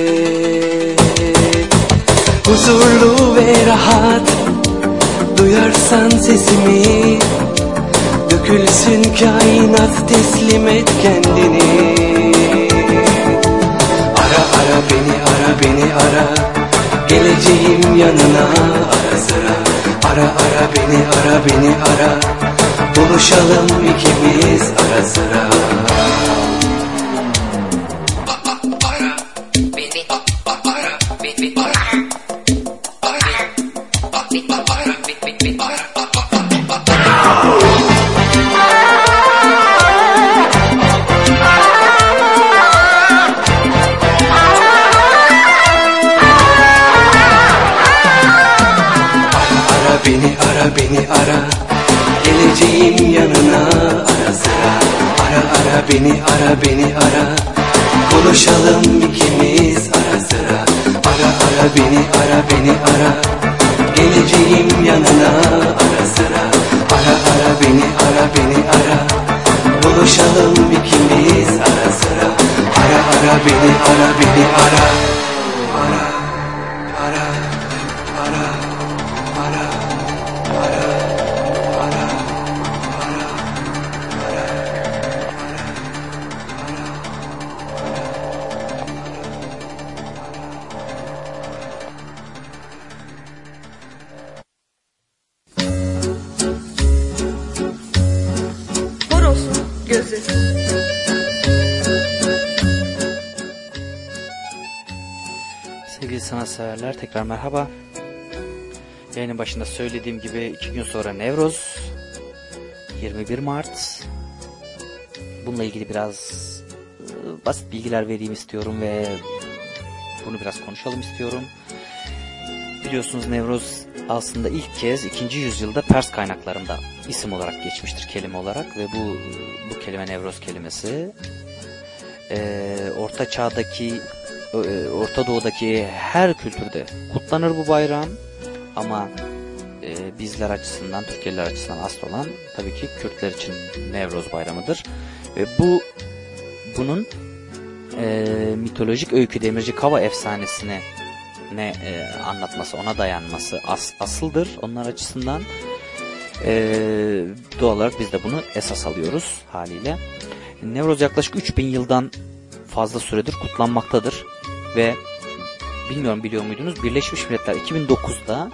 Huzurlu ve rahat duyarsan sesimi. Dökülsün kainat, teslim et kendini. Ara ara beni ara beni ara. Geleceğim yanına ara sıra. Ara ara beni ara beni ara. Buluşalım ikimiz ara sıra. Beni ara beni ara. Geleceğim yanına ara sıra. Ara ara beni ara beni ara. Buluşalım ikimiz ara sıra. Ara ara beni ara beni ara. Geleceğim yanına ara sıra. Ara ara beni ara beni ara. Buluşalım ikimiz ara sıra. Ara ara beni ara beni ara. Ara ara ara ara. Horozun gözü. Sevgili sanatseverler, tekrar merhaba. Yayının başında söylediğim gibi iki gün sonra Nevroz, yirmi bir Mart. Bununla ilgili biraz e, basit bilgiler vereyim istiyorum ve bunu biraz konuşalım istiyorum. Biliyorsunuz Nevroz aslında ilk kez ikinci yüzyılda Pers kaynaklarında isim olarak geçmiştir, kelime olarak, ve bu bu kelime Nevroz kelimesi e, Orta Çağ'daki, e, Orta Doğu'daki her kültürde kutlanır bu bayram. Ama e, bizler açısından, Türkiye'liler açısından asıl olan tabii ki Kürtler için Nevroz bayramıdır. Ve bu bunun e, mitolojik öykü Demirci Kava efsanesine ne e, anlatması, ona dayanması as, asıldır onlar açısından. E, doğal olarak biz de bunu esas alıyoruz haliyle. Nevroz yaklaşık üç bin yıldan fazla süredir kutlanmaktadır ve bilmiyorum biliyor muydunuz, Birleşmiş Milletler iki bin dokuzda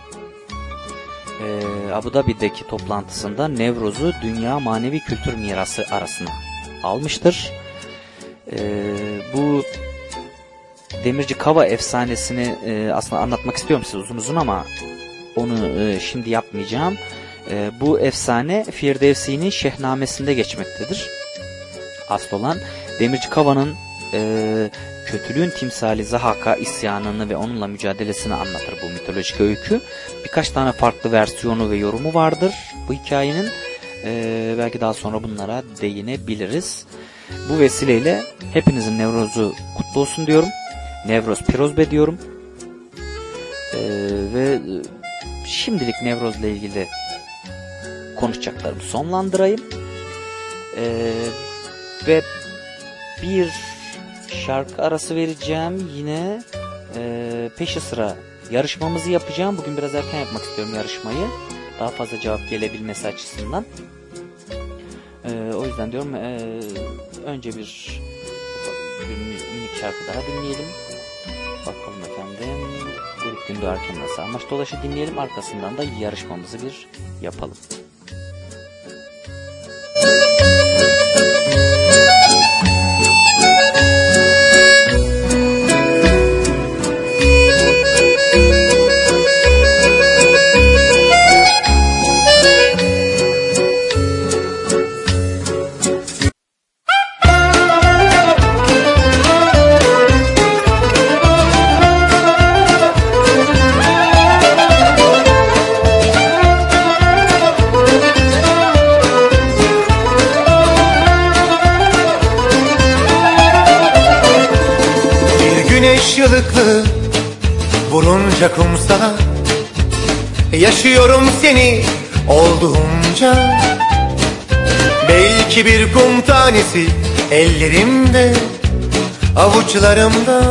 e, Abu Dhabi'deki toplantısında Nevroz'u Dünya Manevi Kültür Mirası arasına almıştır. E, bu Demirci Kava efsanesini e, aslında anlatmak istiyorum size uzun uzun ama onu e, şimdi yapmayacağım. E, bu efsane Firdevsi'nin Şehnamesi'nde geçmektedir. Asıl olan Demirci Kava'nın e, kötülüğün timsali Zahak'a isyanını ve onunla mücadelesini anlatır bu mitolojik öykü. Birkaç tane farklı versiyonu ve yorumu vardır bu hikayenin. Ee, belki daha sonra bunlara değinebiliriz. Bu vesileyle hepinizin Nevroz'u kutlu olsun diyorum. Nevroz Pirozbe diyorum. Ee, ve şimdilik Nevroz'la ilgili konuşacaklarımı sonlandırayım. Ee, ve bir şarkı arası vereceğim. Yine e, peşi sıra yarışmamızı yapacağım. Bugün biraz erken yapmak istiyorum yarışmayı. Daha fazla cevap gelebilmesi açısından. E, o yüzden diyorum e, önce bir, bir minik şarkı daha dinleyelim. Bakalım efendim. Grup Gündoğar Erken Nasıl Amaç Dolaşı dinleyelim. Arkasından da yarışmamızı bir yapalım. balığı vurunca kumsala, yaşıyorum seni olduğunca. Belki bir kum tanesi ellerimde, avuçlarımda.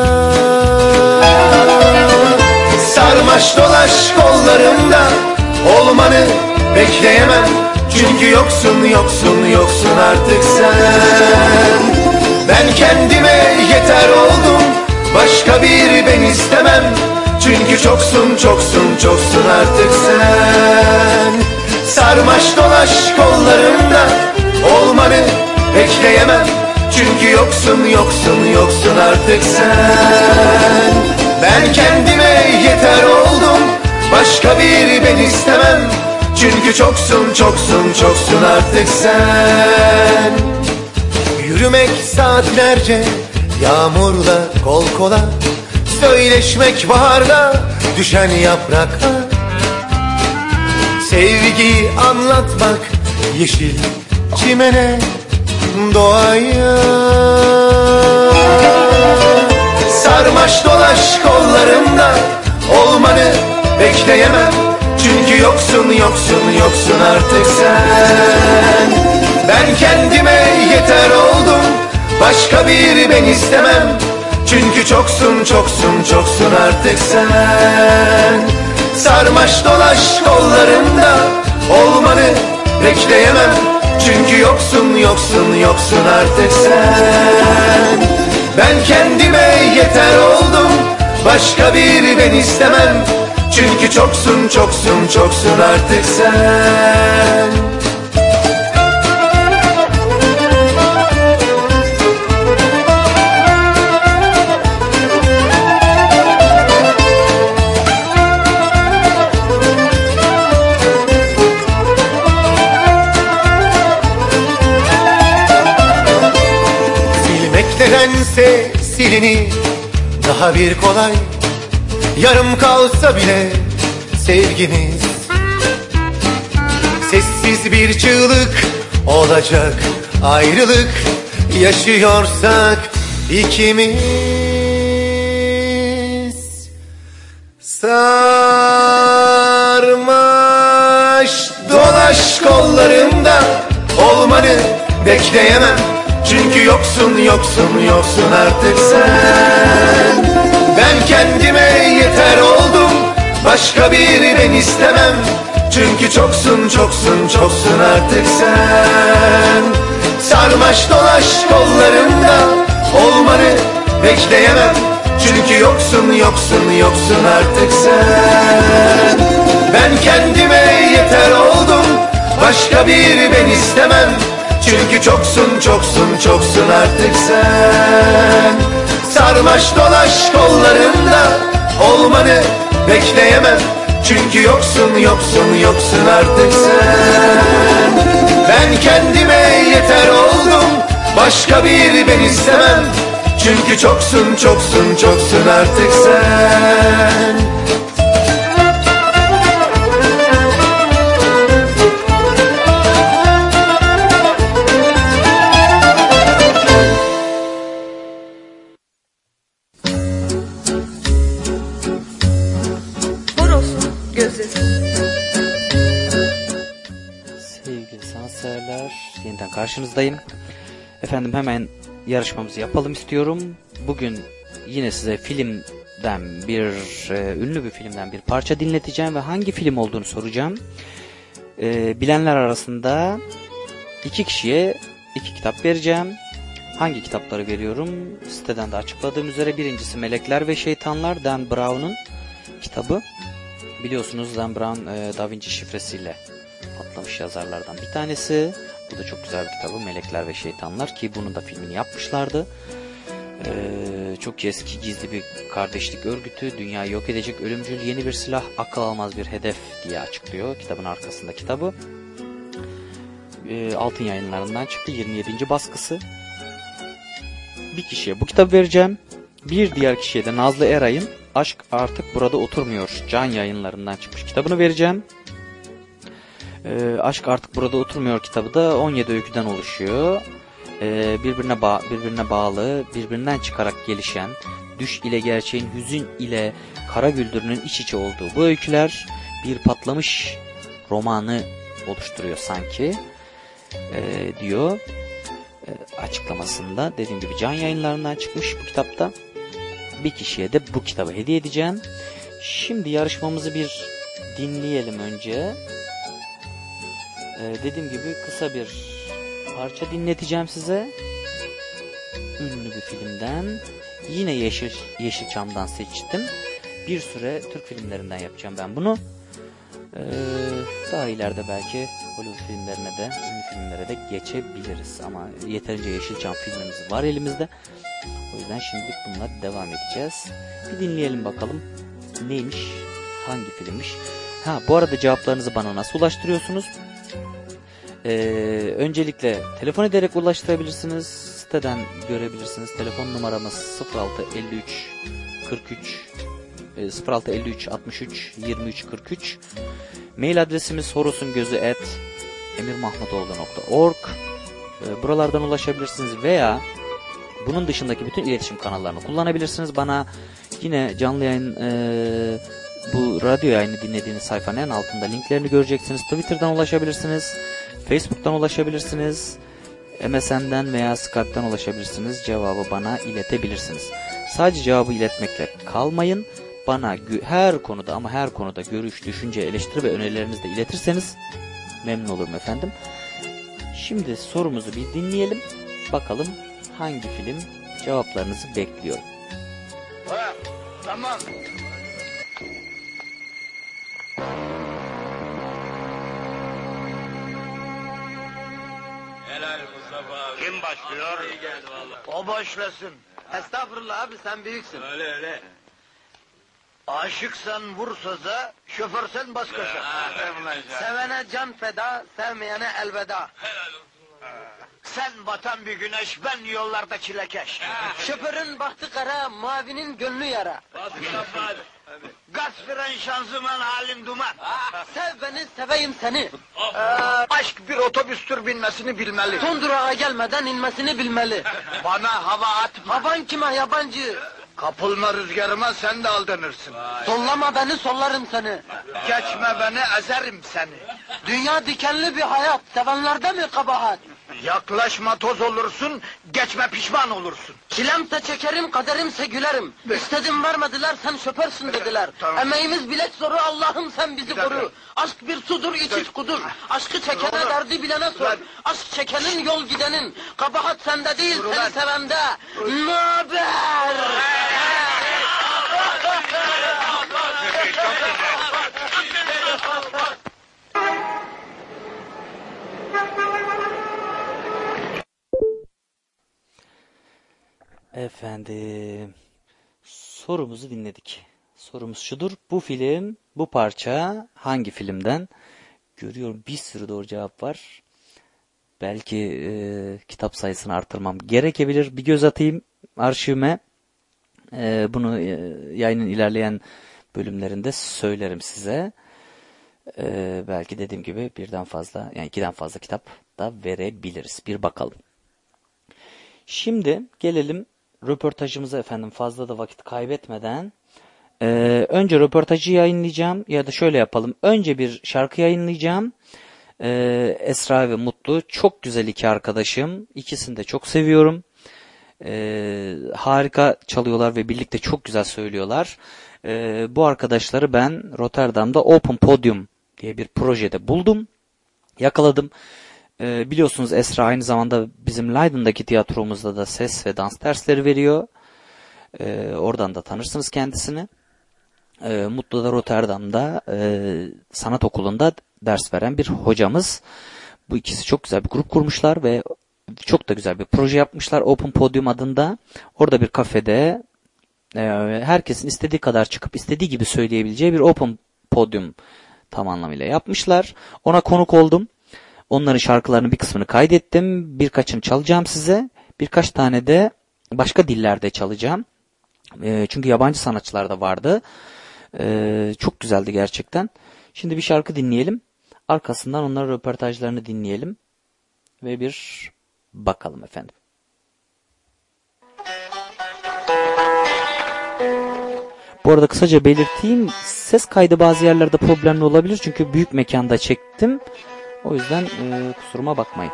Sarmaş dolaş kollarımda, olmanı bekleyemem. Çünkü yoksun, yoksun, yoksun artık sen. Ben kendime yeter oldum, başka bir ben istemem. Çünkü çoksun, çoksun, çoksun artık sen. Sarmaş dolaş kollarımda, olmanı bekleyemem. Çünkü yoksun, yoksun, yoksun artık sen. Ben kendime yeter oldum, başka bir ben istemem. Çünkü çoksun, çoksun, çoksun artık sen. Yürümek saatlerce yağmurla kol kola, söyleşmek baharda düşen yapraklar, sevgiyi anlatmak yeşil çimene, doğaya. Sarmaş dolaş kollarımda, olmanı bekleyemem. Çünkü yoksun, yoksun, yoksun artık sen. Ben kendime yeter oldum, başka bir ben istemem. Çünkü çoksun, çoksun, çoksun artık sen. Sarmaş dolaş kollarımda, olmanı bekleyemem. Çünkü yoksun, yoksun, yoksun artık sen. Ben kendime yeter oldum, başka bir ben istemem. Çünkü çoksun, çoksun, çoksun artık sen. Silmektense silini daha bir kolay, yarım kalsa bile sevgimiz. Sessiz bir çığlık olacak ayrılık, yaşıyorsak ikimiz. Sarmaş dolaş kollarımda, olmanı bekleyemem. Çünkü yoksun, yoksun, yoksun artık sen. Ben kendime yeter oldum, başka bir ben istemem. Çünkü çoksun, çoksun, çoksun artık sen. Sarmaş dolaş kollarımda, olmanı bekleyemem. Çünkü yoksun, yoksun, yoksun artık sen. Ben kendime yeter oldum, başka bir ben istemem. Çünkü çoksun, çoksun, çoksun artık sen. Sarmaş dolaş kollarımda, olmanı bekleyemem. Çünkü yoksun, yoksun, yoksun artık sen. Ben kendime yeter oldum, başka bir ben istemem. Çünkü çoksun, çoksun, çoksun artık sen. Sevgili sanatseverler, yeniden karşınızdayım. Efendim hemen yarışmamızı yapalım istiyorum. Bugün yine size filmden bir, e, ünlü bir filmden bir parça dinleteceğim ve hangi film olduğunu soracağım. E, bilenler arasında iki kişiye iki kitap vereceğim. Hangi kitapları veriyorum? Siteden de açıkladığım üzere birincisi Melekler ve Şeytanlar, Dan Brown'un kitabı. Biliyorsunuz Dan Brown e, Da Vinci şifresiyle patlamış yazarlardan bir tanesi. Bu da çok güzel bir kitabı, Melekler ve Şeytanlar, ki bunun da filmini yapmışlardı. Ee, çok eski gizli bir kardeşlik örgütü dünyayı yok edecek ölümcül yeni bir silah, akıl almaz bir hedef diye açıklıyor kitabın arkasında kitabı. Ee, Altın Yayınlarından çıktı, yirmi yedinci baskısı. Bir kişiye bu kitabı vereceğim. Bir diğer kişiye de Nazlı Eray'ın Aşk Artık Burada Oturmuyor, Can Yayınlarından çıkmış kitabını vereceğim. Ee, Aşk Artık Burada Oturmuyor kitabı da on yedi öyküden oluşuyor. Ee, birbirine, ba- birbirine bağlı, birbirinden çıkarak gelişen, Düş ile gerçeğin, hüzün ile kara güldürünün iç içe olduğu bu öyküler bir patlamış romanı oluşturuyor sanki ee, diyor ee, açıklamasında. Dediğim gibi Can Yayınlarından çıkmış bu kitapta. Bir kişiye de bu kitabı hediye edeceğim. Şimdi yarışmamızı bir dinleyelim önce. Ee, dediğim gibi kısa bir parça dinleteceğim size. Ünlü bir filmden. Yine Yeşil, Yeşilçam'dan seçtim. Bir süre Türk filmlerinden yapacağım ben bunu. Ee, daha ileride belki Hollywood filmlerine de, ünlü filmlere de geçebiliriz. Ama yeterince Yeşilçam filmimiz var elimizde. O yüzden şimdilik bununla devam edeceğiz. Bir dinleyelim bakalım neymiş, hangi filmmiş. Ha, bu arada cevaplarınızı bana nasıl ulaştırıyorsunuz? Ee, öncelikle telefon ederek ulaştırabilirsiniz. Siteden görebilirsiniz. Telefon numaramız sıfır altı elli üç kırk üç sıfır altı elli üç altmış üç yirmi üç kırk üç. Mail adresimiz horosungözü at emirmahmutoğlu nokta org. Ee, buralardan ulaşabilirsiniz veya bunun dışındaki bütün iletişim kanallarını kullanabilirsiniz. Bana yine canlı yayın e, bu radyo yayını dinlediğiniz sayfanın en altında linklerini göreceksiniz. Twitter'dan ulaşabilirsiniz. Facebook'tan ulaşabilirsiniz. M S N'den veya Skype'tan ulaşabilirsiniz. Cevabı bana iletebilirsiniz. Sadece cevabı iletmekle kalmayın. Bana her konuda ama her konuda görüş, düşünce, eleştiri ve önerilerinizi de iletirseniz memnun olurum efendim. Şimdi sorumuzu bir dinleyelim. Bakalım hangi film, cevaplarınızı bekliyorum. Ha, tamam. Helal Mustafa abi. Kim başlıyor? İyi geldi valla. O başlasın. Estağfurullah abi, sen büyüksün. Öyle öyle. Aşıksan vur söze, şoförsen bas gaza. Aferin lan sen. Sevene can feda, sevmeyene elveda. Helal olsun. Sen batan bir güneş, ben yollarda çilekeş. Şoförün bahtı kara, mavinin gönlü yara. Bas Mustafa abi. Gaz fren şanzıman halin duman. Sev beni, seveyim seni. Ee, aşk bir otobüstür binmesini bilmeli. Son durağa gelmeden inmesini bilmeli. Bana hava atma. Havan kime yabancı? Kapılma rüzgarıma, sen de aldanırsın. Sollama beni, sollarım seni. Geçme beni, ezerim seni. Dünya dikenli bir hayat, sevenlerde mi kabahat? Yaklaşma, toz olursun, geçme pişman olursun. Çilemse çekerim, kaderimse gülerim. İstedim vermediler, sen şoförsün dediler. Tamam. Emeğimiz bilek zoru, Allah'ım sen bizi Bir dakika. koru. Aşk bir sudur, iç iç kudur. Aşkı çekene Dur. derdi bilene sor. Lan. Aşk çekenin yol gidenin. Kabahat sende değil, Dur seni lan. sevende. Ne haber? Efendim, sorumuzu dinledik. Sorumuz şudur: bu film, bu parça hangi filmden? Görüyorum bir sürü doğru cevap var. Belki e, kitap sayısını artırmam gerekebilir. Bir göz atayım arşivime. E, bunu e, yayının ilerleyen bölümlerinde söylerim size. E, belki dediğim gibi birden fazla, yani ikiden fazla kitap da verebiliriz. Bir bakalım. Şimdi gelelim röportajımıza efendim, fazla da vakit kaybetmeden. Ee, önce röportajı yayınlayacağım ya da şöyle yapalım. Önce bir şarkı yayınlayacağım. Ee, Esra ve Mutlu çok güzel iki arkadaşım. İkisini de çok seviyorum. Ee, harika çalıyorlar ve birlikte çok güzel söylüyorlar. Ee, bu arkadaşları ben Rotterdam'da Open Podium diye bir projede buldum. Yakaladım. Ee, biliyorsunuz Esra aynı zamanda bizim Leiden'daki tiyatromuzda da ses ve dans dersleri veriyor. Ee, oradan da tanırsınız kendisini. Ee, Mutlu da Rotterdam'da e, sanat okulunda ders veren bir hocamız. Bu ikisi çok güzel bir grup kurmuşlar ve çok da güzel bir proje yapmışlar Open Podium adında. Orada bir kafede e, herkesin istediği kadar çıkıp istediği gibi söyleyebileceği bir Open Podium tam anlamıyla yapmışlar. Ona konuk oldum. Onların şarkılarının bir kısmını kaydettim. Birkaçını çalacağım size. Birkaç tane de başka dillerde çalacağım. E, çünkü yabancı sanatçılar da vardı. E, çok güzeldi gerçekten. Şimdi bir şarkı dinleyelim. Arkasından onların röportajlarını dinleyelim. Ve bir bakalım efendim. Bu arada kısaca belirteyim, ses kaydı bazı yerlerde problemli olabilir çünkü büyük mekanda çektim. O yüzden e, kusuruma bakmayın.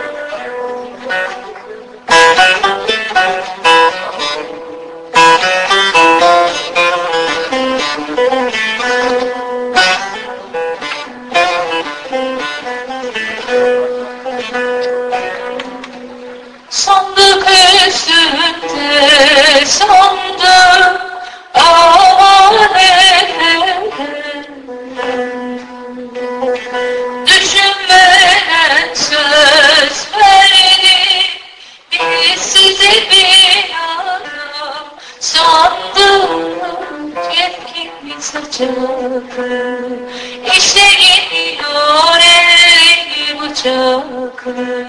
Sandık üstünde sandım amane, düşünmeden söz verdim biz size bir adam, sandım yetkili saçaklı, işte geliyor eli bıçaklı.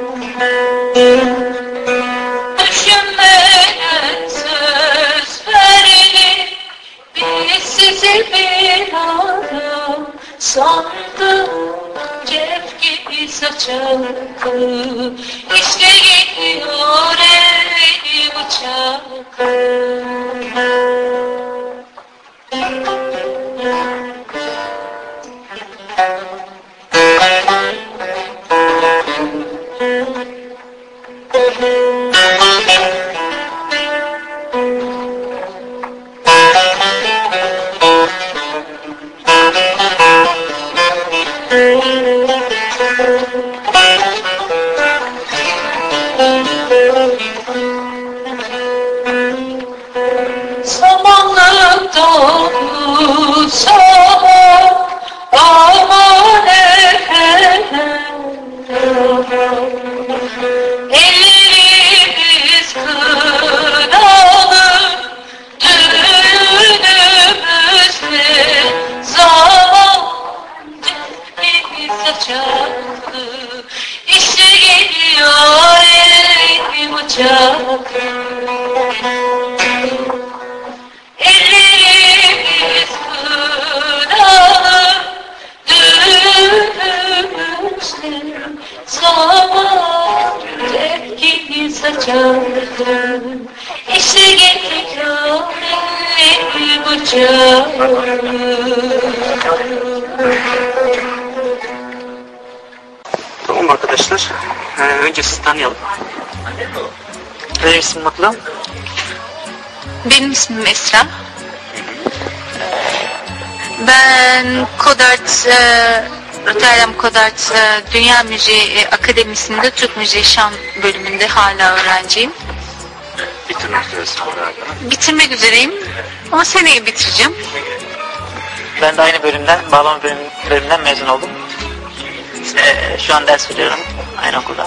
Düşünmeden söz verdim biz size bir adam, sandım cep gibi saçaklı, işte geliyor eli bıçaklı. Samanlık dolu sabah aman ellerimiz kınalı, düğünümüzde zaman gibi saçaklı, işte geliyor el bıçaklı. Ellerimiz kınalı, düğünümüzde zaman tepkili saçaklı, işte geliyor el bıçaklı. Tamam arkadaşlar, ee, önce sizi tanıyalım. Benim ismim Mutlu. Benim ismim Esra. Ben Kodart, e, Rotterdam Kodart e, Dünya Müziği Akademisi'nde Türk Müziği Şan bölümünde hala öğrenciyim. Bitirmek üzeresin galiba. Bitirmek üzereyim ama seneye bitireceğim. Ben de aynı bölümden, bağlama bölüm, bölümünden mezun oldum. Ee, şu an ders veriyorum aynı okulda.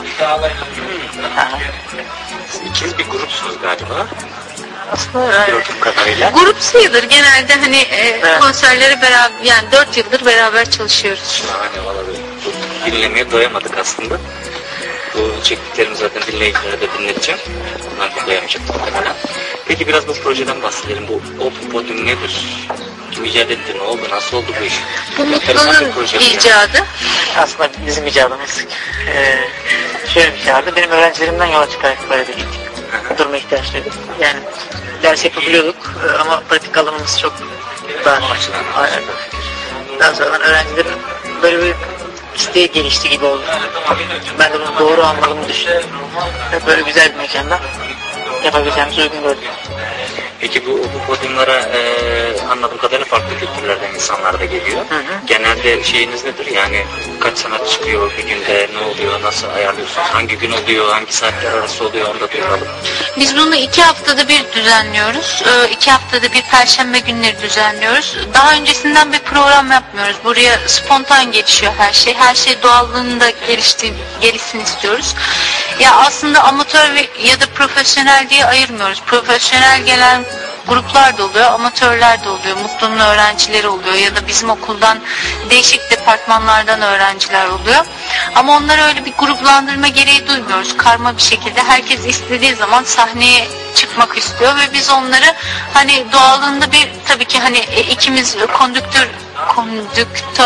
Siz ikiniz bir grupsunuz galiba. Aslında Gördüğüm kadarıyla. grup sayılır. Genelde hani e, Evet. konserleri beraber, yani dört yıldır beraber çalışıyoruz. Şahane valla, bu dinlemeye doyamadık aslında. Bu çektiklerimi zaten dinleyicilere de dinleteceğim. Bunlar da doyamayacak muhtemelen. Peki biraz bu projeden bahsedelim. Bu Open Podium nedir? Kim icat etti? Ne oldu? Nasıl oldu bu iş? Bu Mutlu'nun icadı. Aslında bizim icadımız e, şöyle bir şey vardı. Benim öğrencilerimden yola çıkarak böyle bir durma ihtiyaç duydum. Yani ders yapabiliyorduk e, ama pratik alanımız çok daha aynen. Daha sonra öğrencilerim böyle bir isteği gelişti gibi oldu. Ben de bunu doğru anladığımı düşündüm. Böyle güzel bir mekanda yapabileceğimizi uygun gördüm. Peki bu, bu podyumlara e, anladığım kadarıyla farklı kültürlerden insanlar da geliyor. Hı hı. Genelde şeyiniz nedir? Yani kaç sanat çıkıyor bir günde, ne oluyor, nasıl ayarlıyorsunuz? Hangi gün oluyor, hangi saatler arası oluyor, onu da duyalım. Biz bunu iki haftada bir düzenliyoruz. Ee, iki haftada bir perşembe günleri düzenliyoruz. Daha öncesinden bir program yapmıyoruz. Buraya spontan gelişiyor her şey. Her şey doğallığında gelişti, gelişsin istiyoruz. Ya aslında amatör ve ya da profesyonel diye ayırmıyoruz. Profesyonel gelen gruplar da oluyor, amatörler de oluyor, Mutlu'nun öğrencileri oluyor ya da bizim okuldan değişik departmanlardan öğrenciler oluyor. Ama onları öyle bir gruplandırma gereği duymuyoruz. Karma bir şekilde herkes istediği zaman sahneye çıkmak istiyor ve biz onları hani doğalında bir, tabii ki hani ikimiz kondüktör kondüktör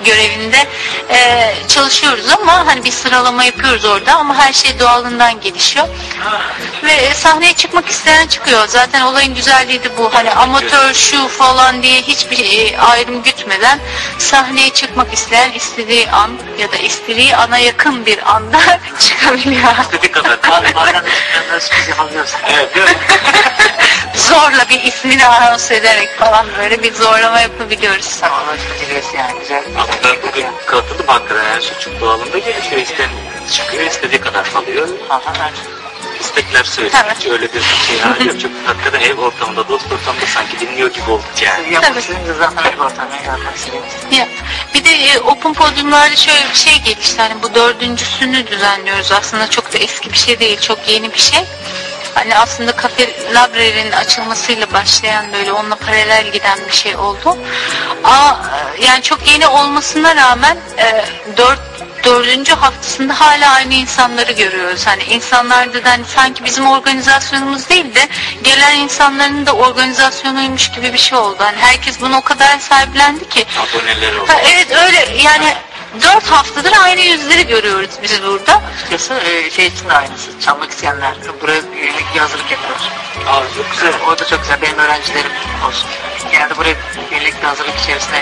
görevinde e, çalışıyoruz ama hani bir sıralama yapıyoruz orada ama her şey doğalından gelişiyor. Ve sahneye çıkmak isteyen çıkıyor. Zaten olayın güzelliği de bu. Hani amatör şu falan diye hiçbir e, ayrım gütmeden sahneye çıkmak isteyen istediği an ya da istediği ana yakın bir anda çıkabiliyor. İstediği kadar. Bazen de sürpriz yapabiliyorsun. Evet, değil mi? Zorla bir ismini anons ederek falan böyle bir zorlama yapabiliyoruz. Tamam, tecrübesi yani güzel. Ama ben bugün katıldım hakikaten. Her şey çok doğalında gelişiyor. İsten çıkıyor, istediği kadar kalıyor. Aha, evet. İstekler söylüyor. Evet. Hiç öyle bir şey hali yok. Çok hakikaten ev ortamında, dost ortamında sanki dinliyor gibi olduk yani. Yapmak Tabii. istediğiniz zaten bir ortamda yapmak istediğiniz. Ya, bir de e, Open Podium'larda şöyle bir şey gelişti. Hani bu dördüncüsünü düzenliyoruz. Aslında çok da eski bir şey değil. Çok yeni bir şey. Hani aslında Cafe Library'nin açılmasıyla başlayan böyle onunla paralel giden bir şey oldu. Aa, yani çok yeni olmasına rağmen e, dört dördüncü haftasında hala aynı insanları görüyoruz. Hani insanlarda da hani sanki bizim organizasyonumuz değil de gelen insanların da organizasyonuymuş gibi bir şey oldu. Hani herkes bunu o kadar sahiplendi ki. Aboneleri oldu. Ha, evet öyle yani dört haftadır aynı yüzleri görüyoruz biz burada. Açıkçası e, şey için de aynısı. Çalmak isteyenler buraya yönelik bir hazırlık yapıyoruz. Aa, çok güzel. O da çok güzel. Benim öğrencilerim olsun. Genelde buraya yönelik bir hazırlık içerisine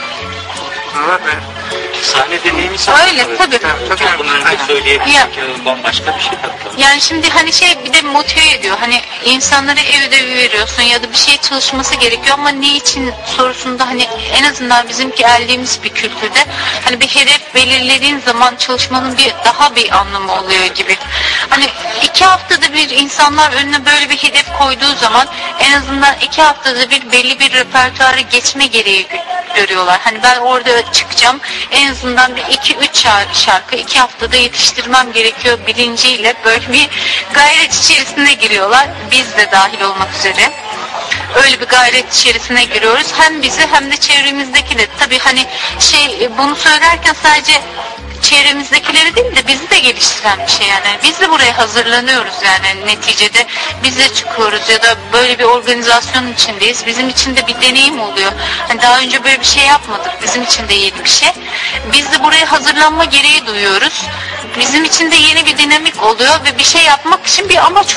oluyorlar ve Sahne deneyimi Öyle, tabii. Çok Çok bunun önünde Aynen. söyleyebilmek Ya. e, bambaşka bir şey tabii. Yani şimdi hani şey bir de motive ediyor. Hani insanlara ev ödevi veriyorsun ya da bir şey çalışması gerekiyor ama ne için sorusunda hani en azından bizim geldiğimiz bir kültürde hani bir hedef belirlediğin zaman çalışmanın bir daha bir anlamı oluyor gibi. Hani iki haftada bir insanlar önüne böyle bir hedef koyduğu zaman en azından iki haftada bir belli bir repertuarı geçme gereği gö- görüyorlar. Hani ben orada çıkacağım en azından bir iki üç şarkı iki haftada yetiştirmem gerekiyor bilinciyle böyle bir gayret içerisine giriyorlar. Biz de dahil olmak üzere. Öyle bir gayret içerisine giriyoruz. Hem bizi hem de çevremizdeki de. Tabii hani şey bunu söylerken sadece çevremizdekileri değil de bizi de geliştiren bir şey yani. Biz de buraya hazırlanıyoruz yani neticede. Biz de çıkıyoruz ya da böyle bir organizasyonun içindeyiz. Bizim için de bir deneyim oluyor. Hani daha önce böyle bir şey yapmadık. Bizim için de yeni bir şey. Biz de buraya hazırlanma gereği duyuyoruz. Bizim için de yeni bir dinamik oluyor ve bir şey yapmak için bir amaç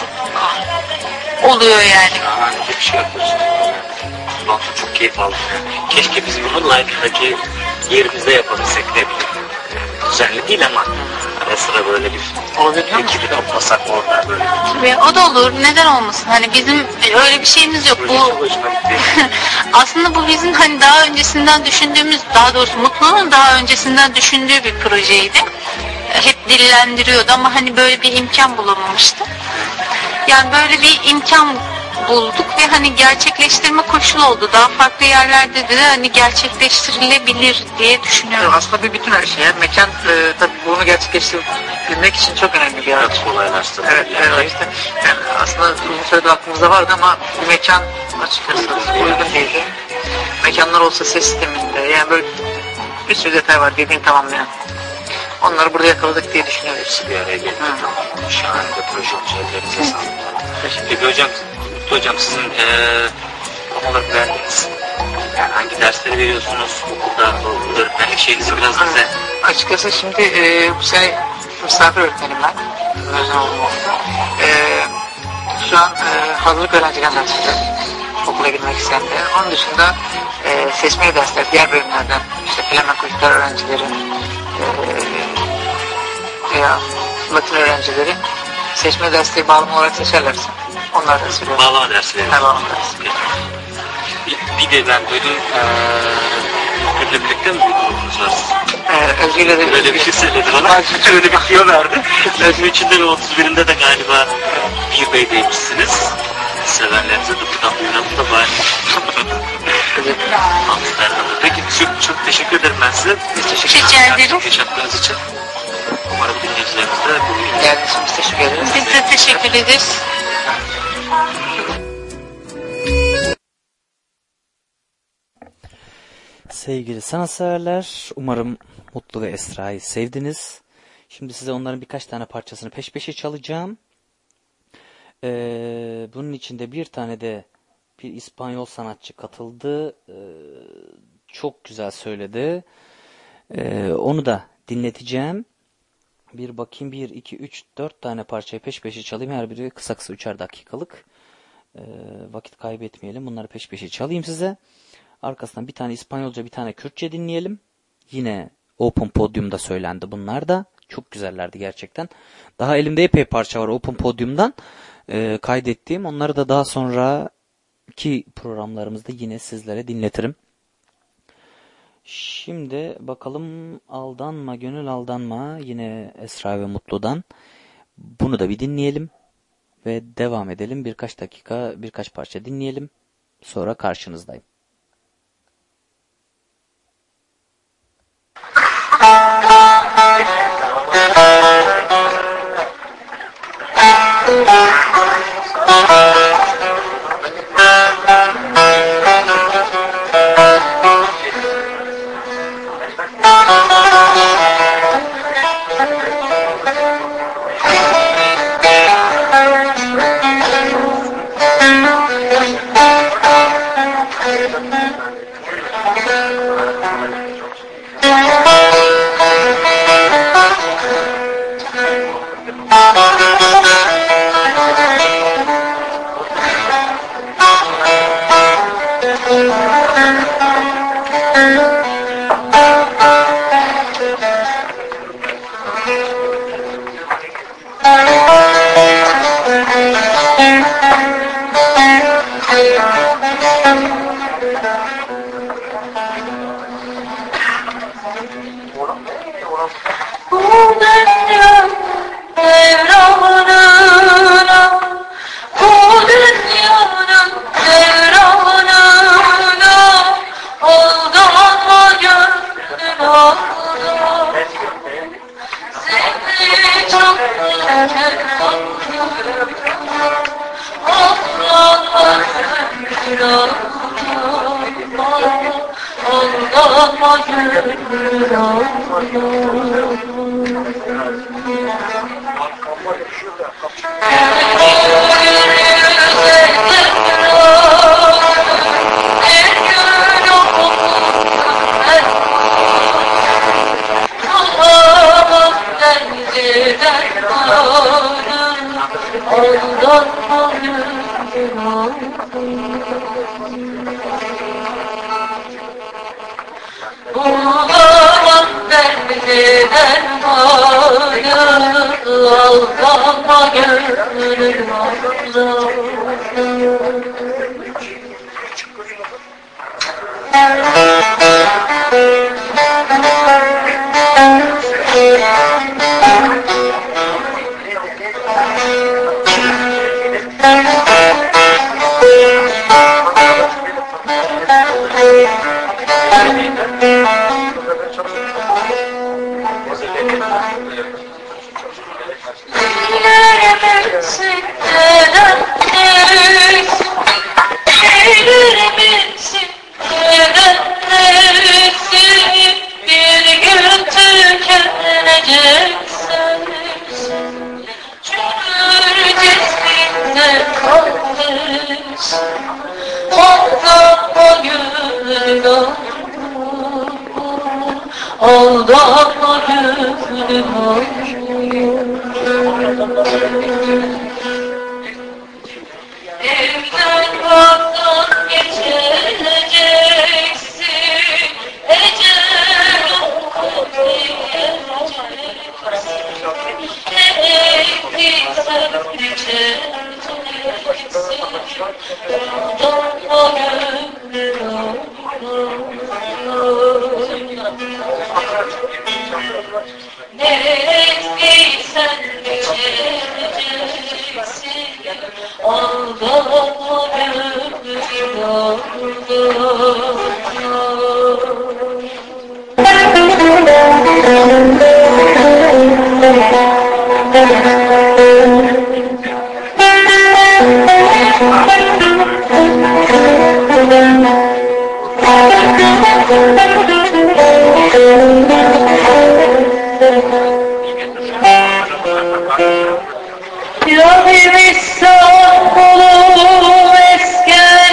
oluyor yani. Şahane bir şey yapıyorsun. Ben çok keyif aldım yani. Keşke biz bunu Light'taki yerimizde yapabilsek ne bileyim. Düzenli değil ama ara sıra böyle bir ekibi toplasak orada böyle bir. Ve o da olur. Neden olmasın? Hani bizim öyle bir şeyimiz yok. Proje Bu çok hoşuma gitti. aslında bu bizim hani daha öncesinden düşündüğümüz, daha doğrusu Mutlu'nun daha öncesinden düşündüğü bir projeydi. Hep dillendiriyordu ama hani böyle bir imkan bulamamıştı. Yani böyle bir imkan bulduk ve hani gerçekleştirme koşulu oldu. Daha farklı yerlerde de hani gerçekleştirilebilir diye düşünüyorum. aslında bir bütün her şey. Yani mekan e, tabii bunu gerçekleştirebilmek için çok önemli bir araç. Biraz kolaylaştırdı. Evet, evet işte. Yani aslında uzun süredir aklımızda vardı ama bir mekan açıkçası uygun değildi. Mekanlar olsa ses sisteminde yani böyle bir sürü detay var birbirini tamamlayan. Onları burada yakaladık diye düşünüyoruz. Hepsi bir araya geldi. Tamam. Şahane bir proje olmuş. Ellerinize sağlık. Peki hocam, Mutlu hocam sizin eee tam olarak verdiğiniz yani hangi dersleri veriyorsunuz okulda, o öğretmenlik şeyinizi biraz bize. Açıkçası şimdi e, bu sene misafir öğretmenim ben. Mezun oldum orada. E, şu an e, hazırlık öğrencilerinden çıkacak. Okula girmek isteyenler. Onun dışında e, seçmeli dersler diğer bölümlerden işte Flemen Kulüpler öğrencileri e, veya Latin öğrencileri seçmeli dersleri bağlama olarak seçerlerse onlar da söylüyor. Bağlama dersi veriyorsunuz. Bağlama dersi. Bir, bir de ben duydum eee Özgür'le birlikte mi bir grubunuz var sizin? Ee, Özgür'le de Öyle bir şey söyledi bana. Öyle bir tüyo verdi. Özgür içinde ve otuz birinde de galiba bir beydeymişsiniz. Sevenlerinize de buradan duyuralım da bari. Amsterdam'da. Peki çok, çok teşekkür ederim ben size. Biz teşekkür Rica ederim. Çok yaşattığınız için. Umarım dinleyicilerimiz de bu bilgi geldiğiniz için biz teşekkür ederiz. Biz de teşekkür ederiz. Sevgili sanatseverler, umarım Mutlu ve Esra'yı sevdiniz. Şimdi size onların birkaç tane parçasını peş peşe çalacağım. Ee, bunun içinde bir tane de bir İspanyol sanatçı katıldı. Ee, çok güzel söyledi. Ee, onu da dinleteceğim. Bir bakayım, bir, iki, üç, dört tane parçayı peş peşe çalayım. Her biri kısa kısa üçer dakikalık. Ee, vakit kaybetmeyelim. Bunları peş peşe çalayım size. Arkasından bir tane İspanyolca, bir tane Kürtçe dinleyelim. Yine Open Podium'da söylendi bunlar da. Çok güzellerdi gerçekten. Daha elimde epey parça var Open Podium'dan e, kaydettiğim. Onları da daha sonraki programlarımızda yine sizlere dinletirim. Şimdi bakalım, aldanma gönül aldanma, yine Esra ve Mutlu'dan. Bunu da bir dinleyelim ve devam edelim. Birkaç dakika birkaç parça dinleyelim. Sonra karşınızdayım.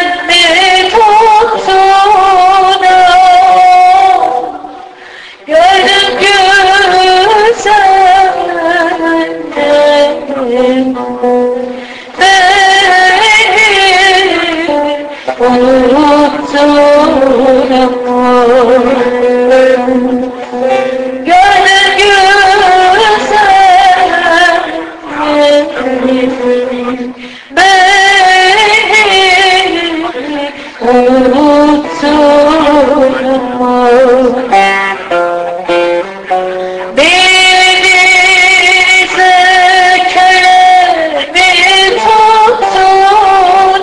Good. Gönül güzel beni unuttun mu? Denize köleğimi tuttun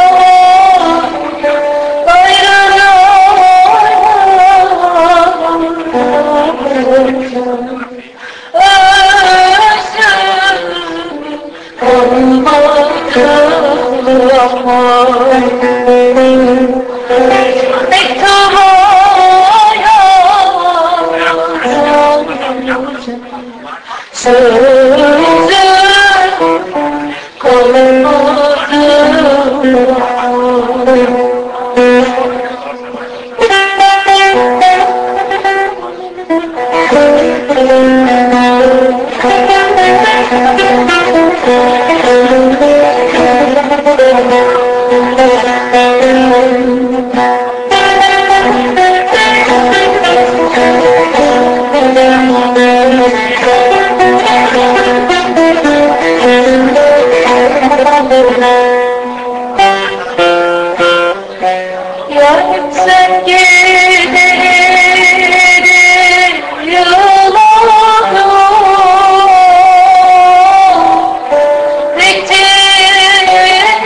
Yarım sen giderim yıllarım Diktin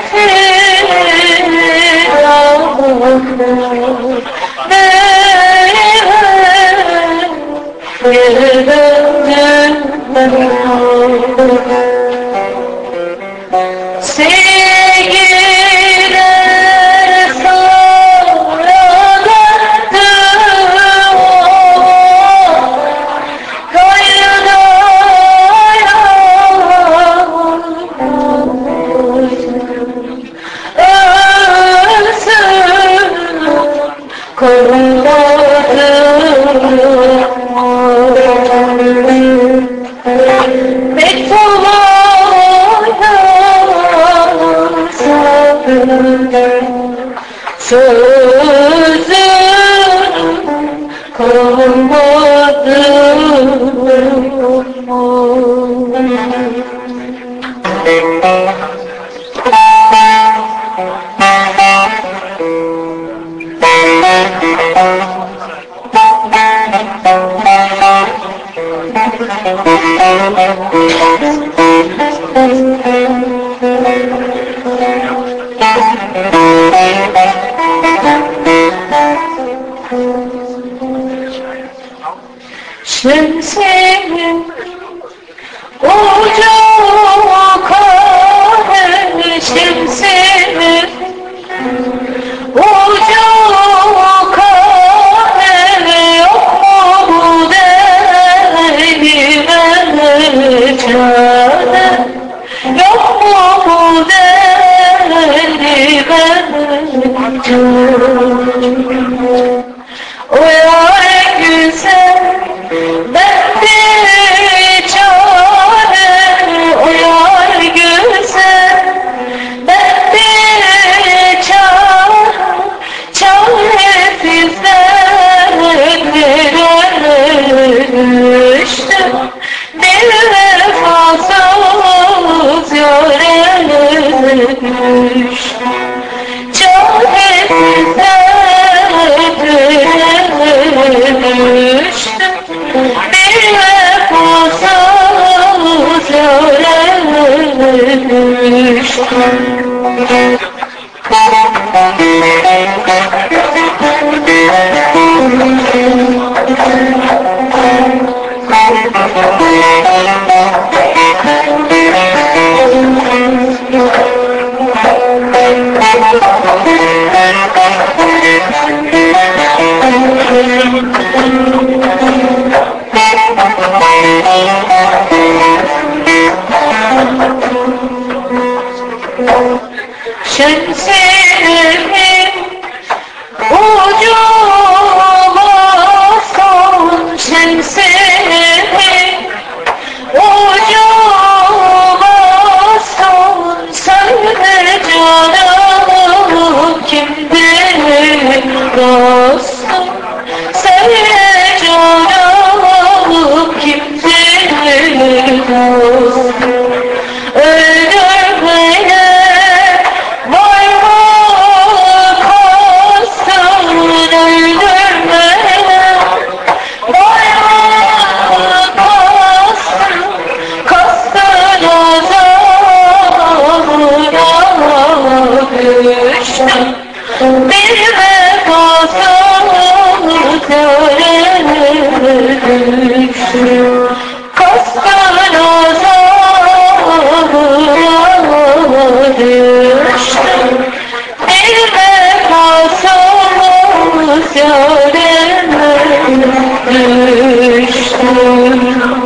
firavun Geri döndüm Sevgiler sarıladı Sözüm kalmadı Şemsiyenin ucu kare şemsiyenin ucu kare yok mu derime çare yok mu derime çare o yar güzel ben bir çare o yar güzel ben bir çare çaresizler düştüm bir vefasız yâre düştüm çaresizler düştüm bir vefasız yâre düştüm Şemsiyenin ucu baston şemsiyenin ucu baston söyle canım kimdir dostum, söyle canım kimdir dostum? Öldürmeye var mı kastın? Öldürmeye var mı kastın? Kastın azabına düştüm. Bir vefasız yâre düştüm. Kastın azabına düştüm. Bir vefasız yâre düştüm.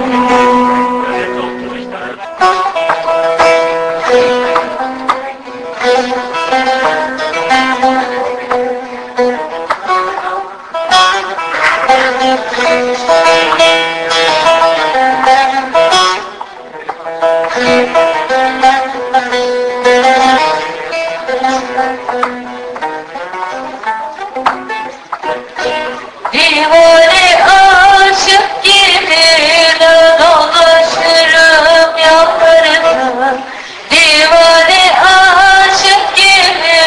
Divane aşık gibi dolaşırım yollarında. Divane aşık gibi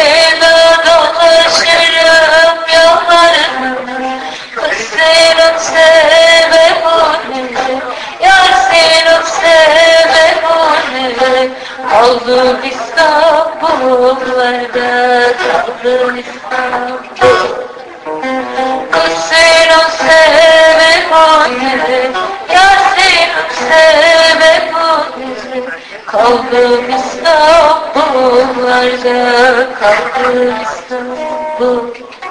dolaşırım yollarında. Kız senin sebebini, yar senin sebebini. Kaldım İstanbul'larda, kaldım İstanbul. Kız senin sebebini, yar senin sebebini. Kaldım İstanbul'larda, kaldım İstanbul.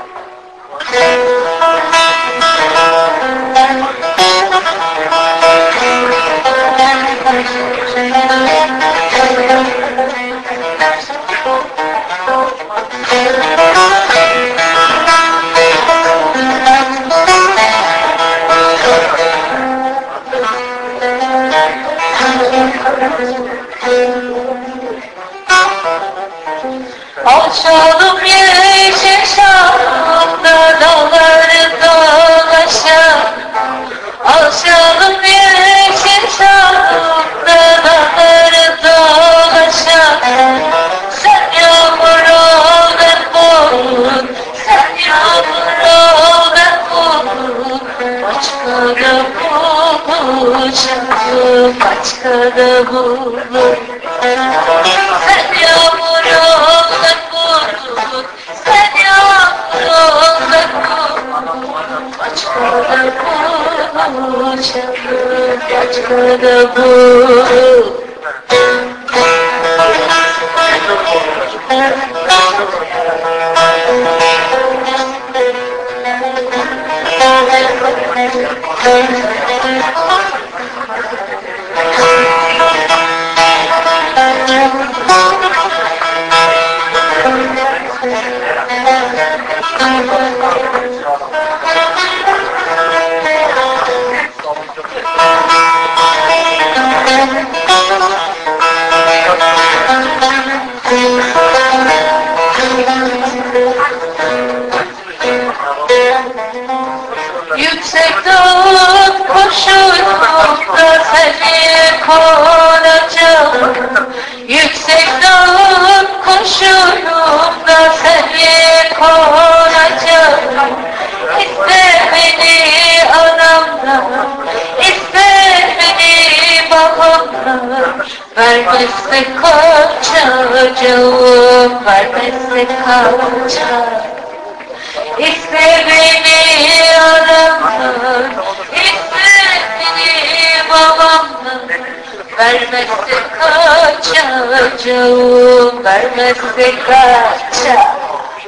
Alçalım yeşil şahımda dağları dolaşan. Alçalım yeşil şahımda dağları dolaşan. Sen yağmur ol ben bulut, sen yağmur ol ben bulut. Başka da bulacağım, başka da bulut. Sen yağmur ol ben bulut, sen yağmur ol ben bulut. Başka da bulacağım, başka da bulut. Yüksek dağın koşulunda seni konacağım. Yüksek dağın koşulunda seni konacağım. İste beni anamdan, iste beni babamdan. Vermezse kaçacağım, vermezse kaçacağım. İste beni anamdan, iste beni babamdan. Vermezse kaçacağım, vermezse kaçacağım.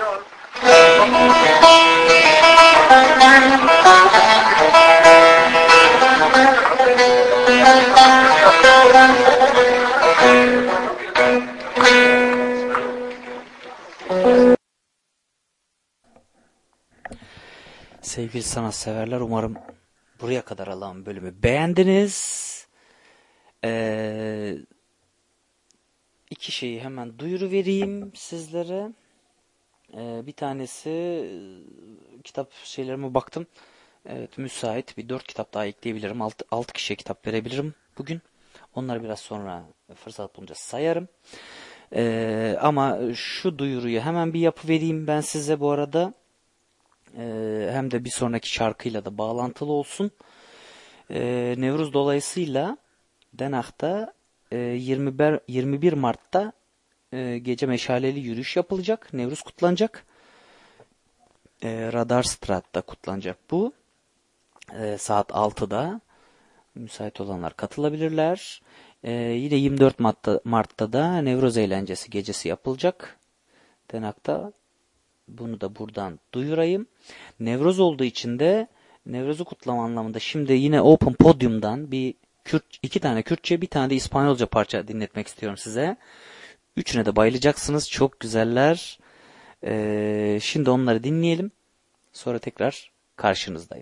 Sevgili sanatseverler, umarım buraya kadar alan bölümü beğendiniz. Ee, iki şeyi hemen duyuru vereyim sizlere. Ee, bir tanesi kitap şeylerime baktım. Evet, müsait. Bir dört kitap daha ekleyebilirim. altı kişiye kitap verebilirim bugün. Onları biraz sonra fırsat bulunca sayarım. Ee, ama şu duyuruyu hemen bir yapıvereyim ben size bu arada. Ee, hem de bir sonraki şarkıyla da bağlantılı olsun. Ee, Nevruz dolayısıyla Denak'ta e, yirmi bir Mart'ta e, gece meşaleli yürüyüş yapılacak. Nevruz kutlanacak. E, Radarstrad'da kutlanacak bu. E, saat altıda. Müsait olanlar katılabilirler. E, yine yirmi dört Mart'ta, Mart'ta da Nevruz eğlencesi gecesi yapılacak. Denak'ta. Bunu da buradan duyurayım. Nevruz olduğu için de Nevruz'u kutlama anlamında şimdi yine Open Podium'dan bir Kürt, iki tane Kürtçe, bir tane de İspanyolca parça dinletmek istiyorum size. Üçüne de bayılacaksınız. Çok güzeller. Ee, şimdi onları dinleyelim. Sonra tekrar karşınızdayım.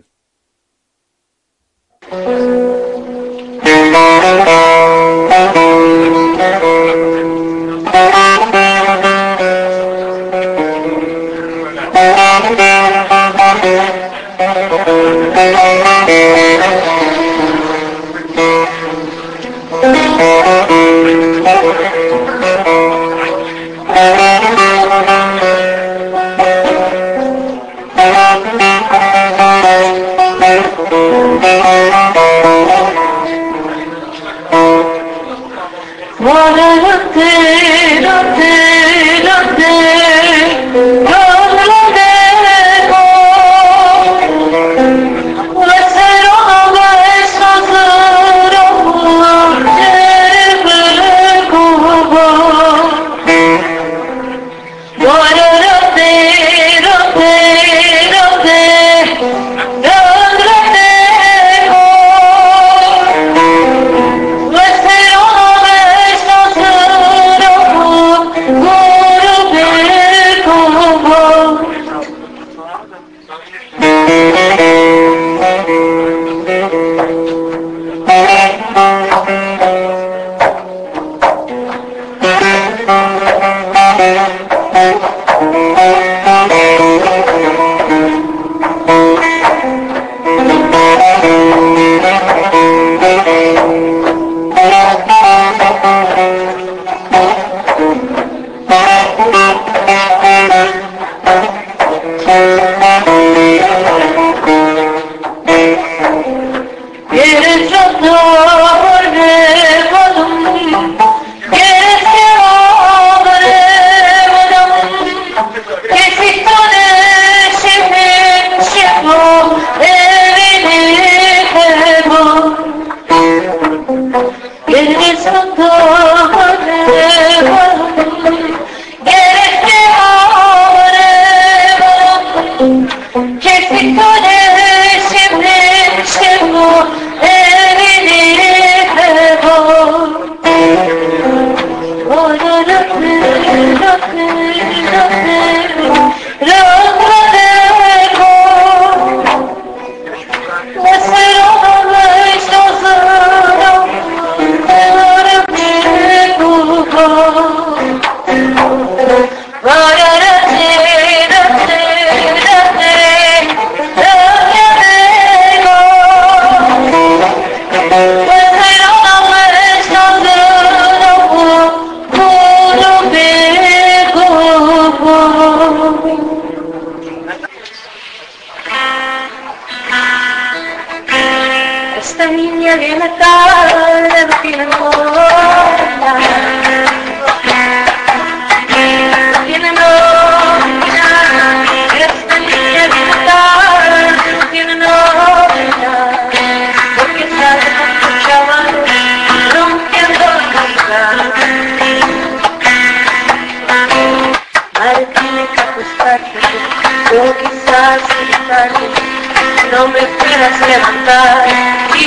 No me puedas levantar y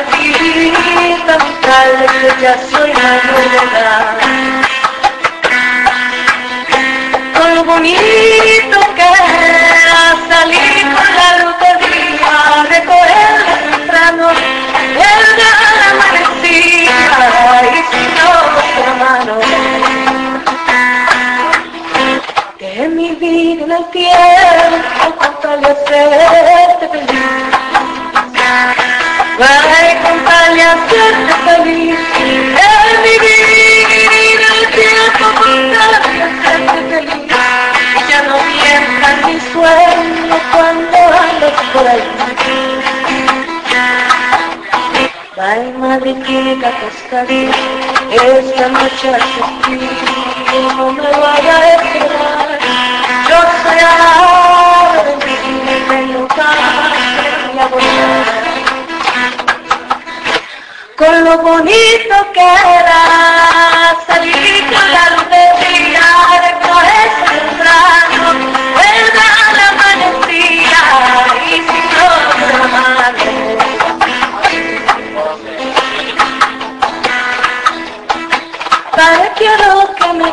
levantita mi tarde que ya soy mayor. Con lo bonito que era salir con la lotería, recorrer temprano el gran amanecía y sin otra mano. Que en mi vida en el tiempo con tal de hacer hacerte feliz. En mi vida el tiempo podría hacerte feliz. Y ya no mientan mis sueños cuando andas por ahí. Ay, madriquita cascarita, esta noche hace frío, no me vaya a esperar. Yo soy ahora de ti, tengo ganas de volver. Con lo bonito que era salir con la luz del día, recoger temprano, vuelve la amanecía y sin los amanes. Para quiero que me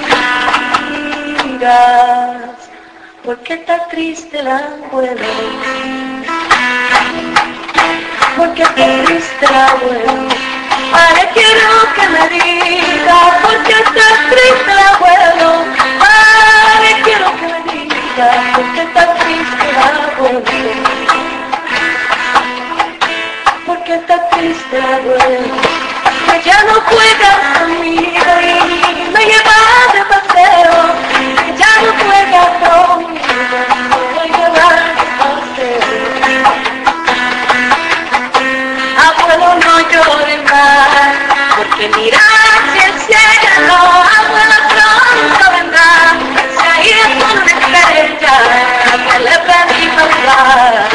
digas por qué está triste el abuelo, por qué está triste el abuelo. Para quiero que me digas por qué está triste el abuelo. Para quiero que me digas por qué está triste el abuelo. Por qué está triste el abuelo. Que ya no juegas conmigo y me llevas de paseo. Que ya no juegas conmigo y me llevas de paseo. Abuelo, no llores más, porque mira hacia el cielo. Abuelo, pronto vendrá, se ha ido con una estrella que le pedí pasar.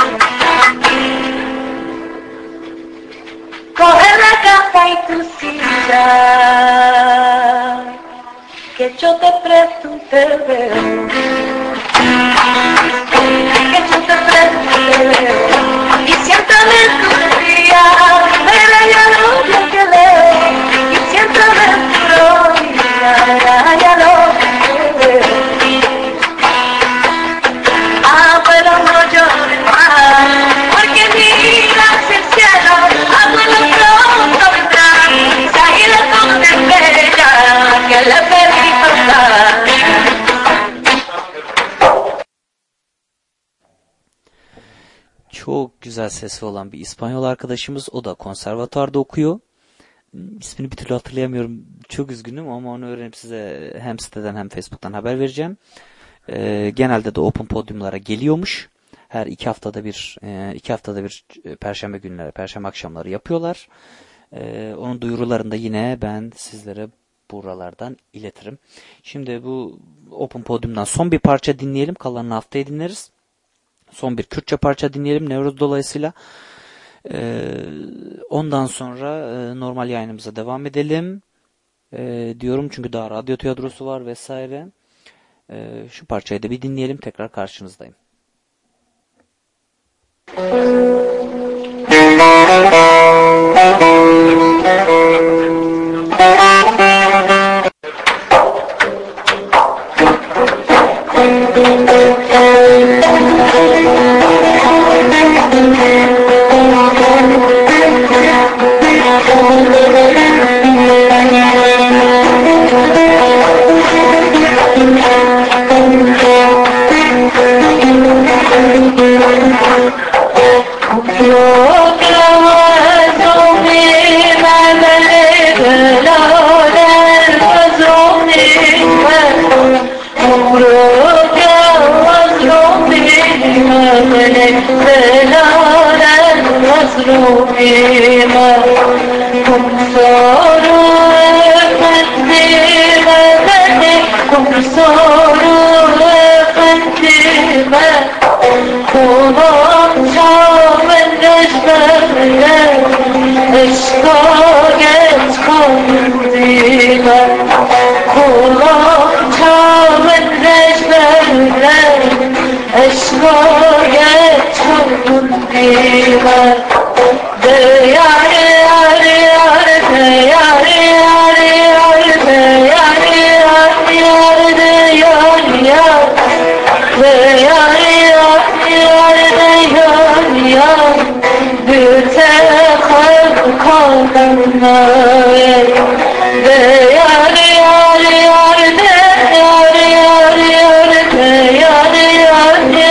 Coge la capa y tu silla, que yo te presto un tebeo, que yo te presto un tebeo, y siéntame en tu alegría, mira ya lo que leo, y siéntame en tu gloria, ya lo que leo. Abuelo, no llores más, porque mira hacia el cielo. Abuelo, pronto vendrá, se ha ido con una estrella que le pedí pasar. Çok güzel sesi olan bir İspanyol arkadaşımız. O da konservatuarda okuyor. İsmini bir türlü hatırlayamıyorum. Çok üzgünüm ama onu öğrenip size hem siteden hem Facebook'tan haber vereceğim. Ee, genelde de Open Podium'lara geliyormuş. Her iki haftada bir, iki haftada bir Perşembe günleri, Perşembe akşamları yapıyorlar. Ee, onun duyurularını da yine ben sizlere buralardan iletirim. Şimdi bu Open Podium'dan son bir parça dinleyelim. Kalanını haftaya dinleriz. Son bir Kürtçe parça dinleyelim Nevruz dolayısıyla. Ee, ondan sonra e, normal yayınımıza devam edelim. Ee, diyorum çünkü daha radyo tiyatrosu var vesaire. Ee, şu parçayı da bir dinleyelim. Tekrar karşınızdayım.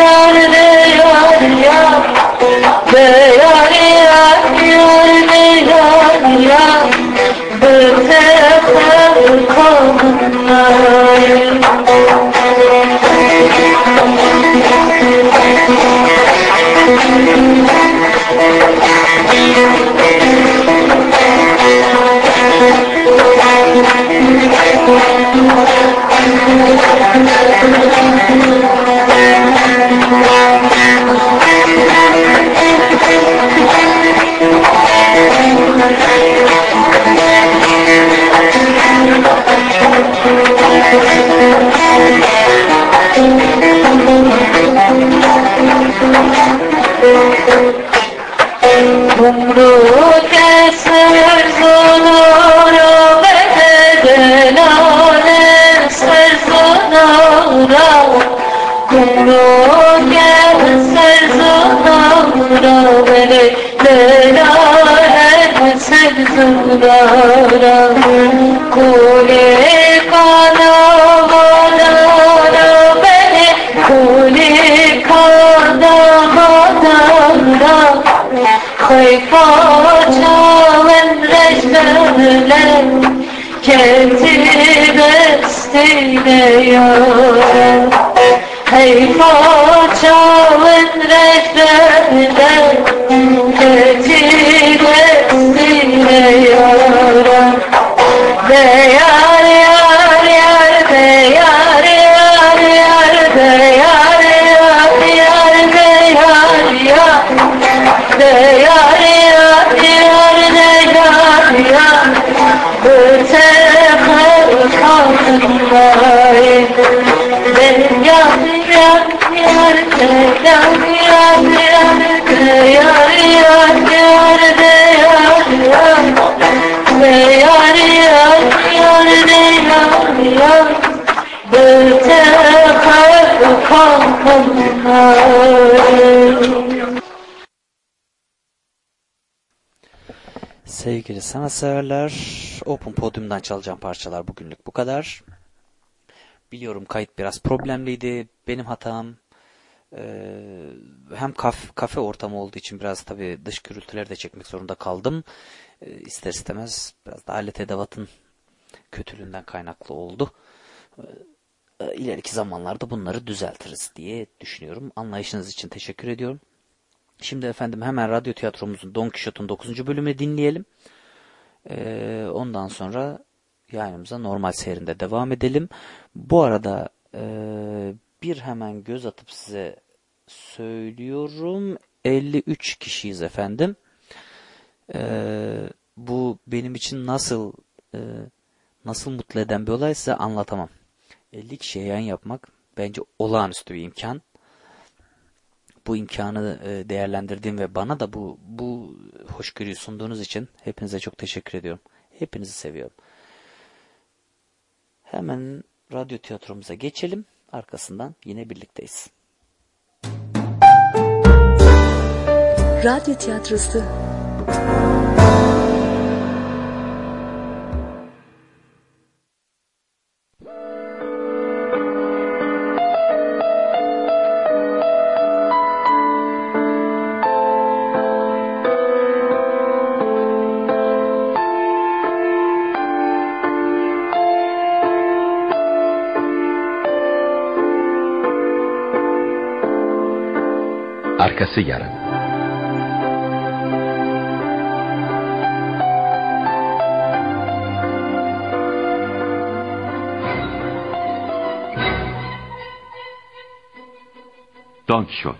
Yar yar yar yar çavere Leyla her sezunlara Kule kana vadara beni Kule kana vadara Hayfa çaven rejberle Kenti bestine yâre Hayfa çaven rejberle Kenti bestine yâre Be yâr yâr yâr be yâr yâr yâr be yâr yâr yâr be yâr yâr be yâr yâr yâr be yâr yâr öte kalkınmayı be yâr yâr yâr be yâr yâr yâr be yâr yâr yâr be yâr yâr be yâr yâr yâr be yâr yâr öte kalkınmayı. Sevgili sanatseverler, Open Podium'dan çalacağım parçalar bugünlük bu kadar. Biliyorum kayıt biraz problemliydi, benim hatam. Ee, hem kaf, kafe ortamı olduğu için biraz tabii dış gürültüleri de çekmek zorunda kaldım. Ee, ister istemez biraz da alet edevatın kötülüğünden kaynaklı oldu. Ee, ileriki zamanlarda bunları düzeltiriz diye düşünüyorum. Anlayışınız için teşekkür ediyorum. Şimdi efendim hemen radyo tiyatromuzun Don Quixote'un dokuzuncu bölümünü dinleyelim. Ee, ondan sonra yayınımıza normal seyrinde devam edelim. Bu arada e, bir hemen göz atıp size söylüyorum. elli üç kişiyiz efendim. Ee, bu benim için nasıl e, nasıl mutlu eden bir olay size anlatamam. elli kişiye yayın yapmak bence olağanüstü bir imkan. Bu imkanı değerlendirdiğim ve bana da bu bu hoşgörüyü sunduğunuz için hepinize çok teşekkür ediyorum. Hepinizi seviyorum. Hemen radyo tiyatromuza geçelim. Arkasından yine birlikteyiz. Radyo tiyatrosu. Arkası yarın. Don Quixote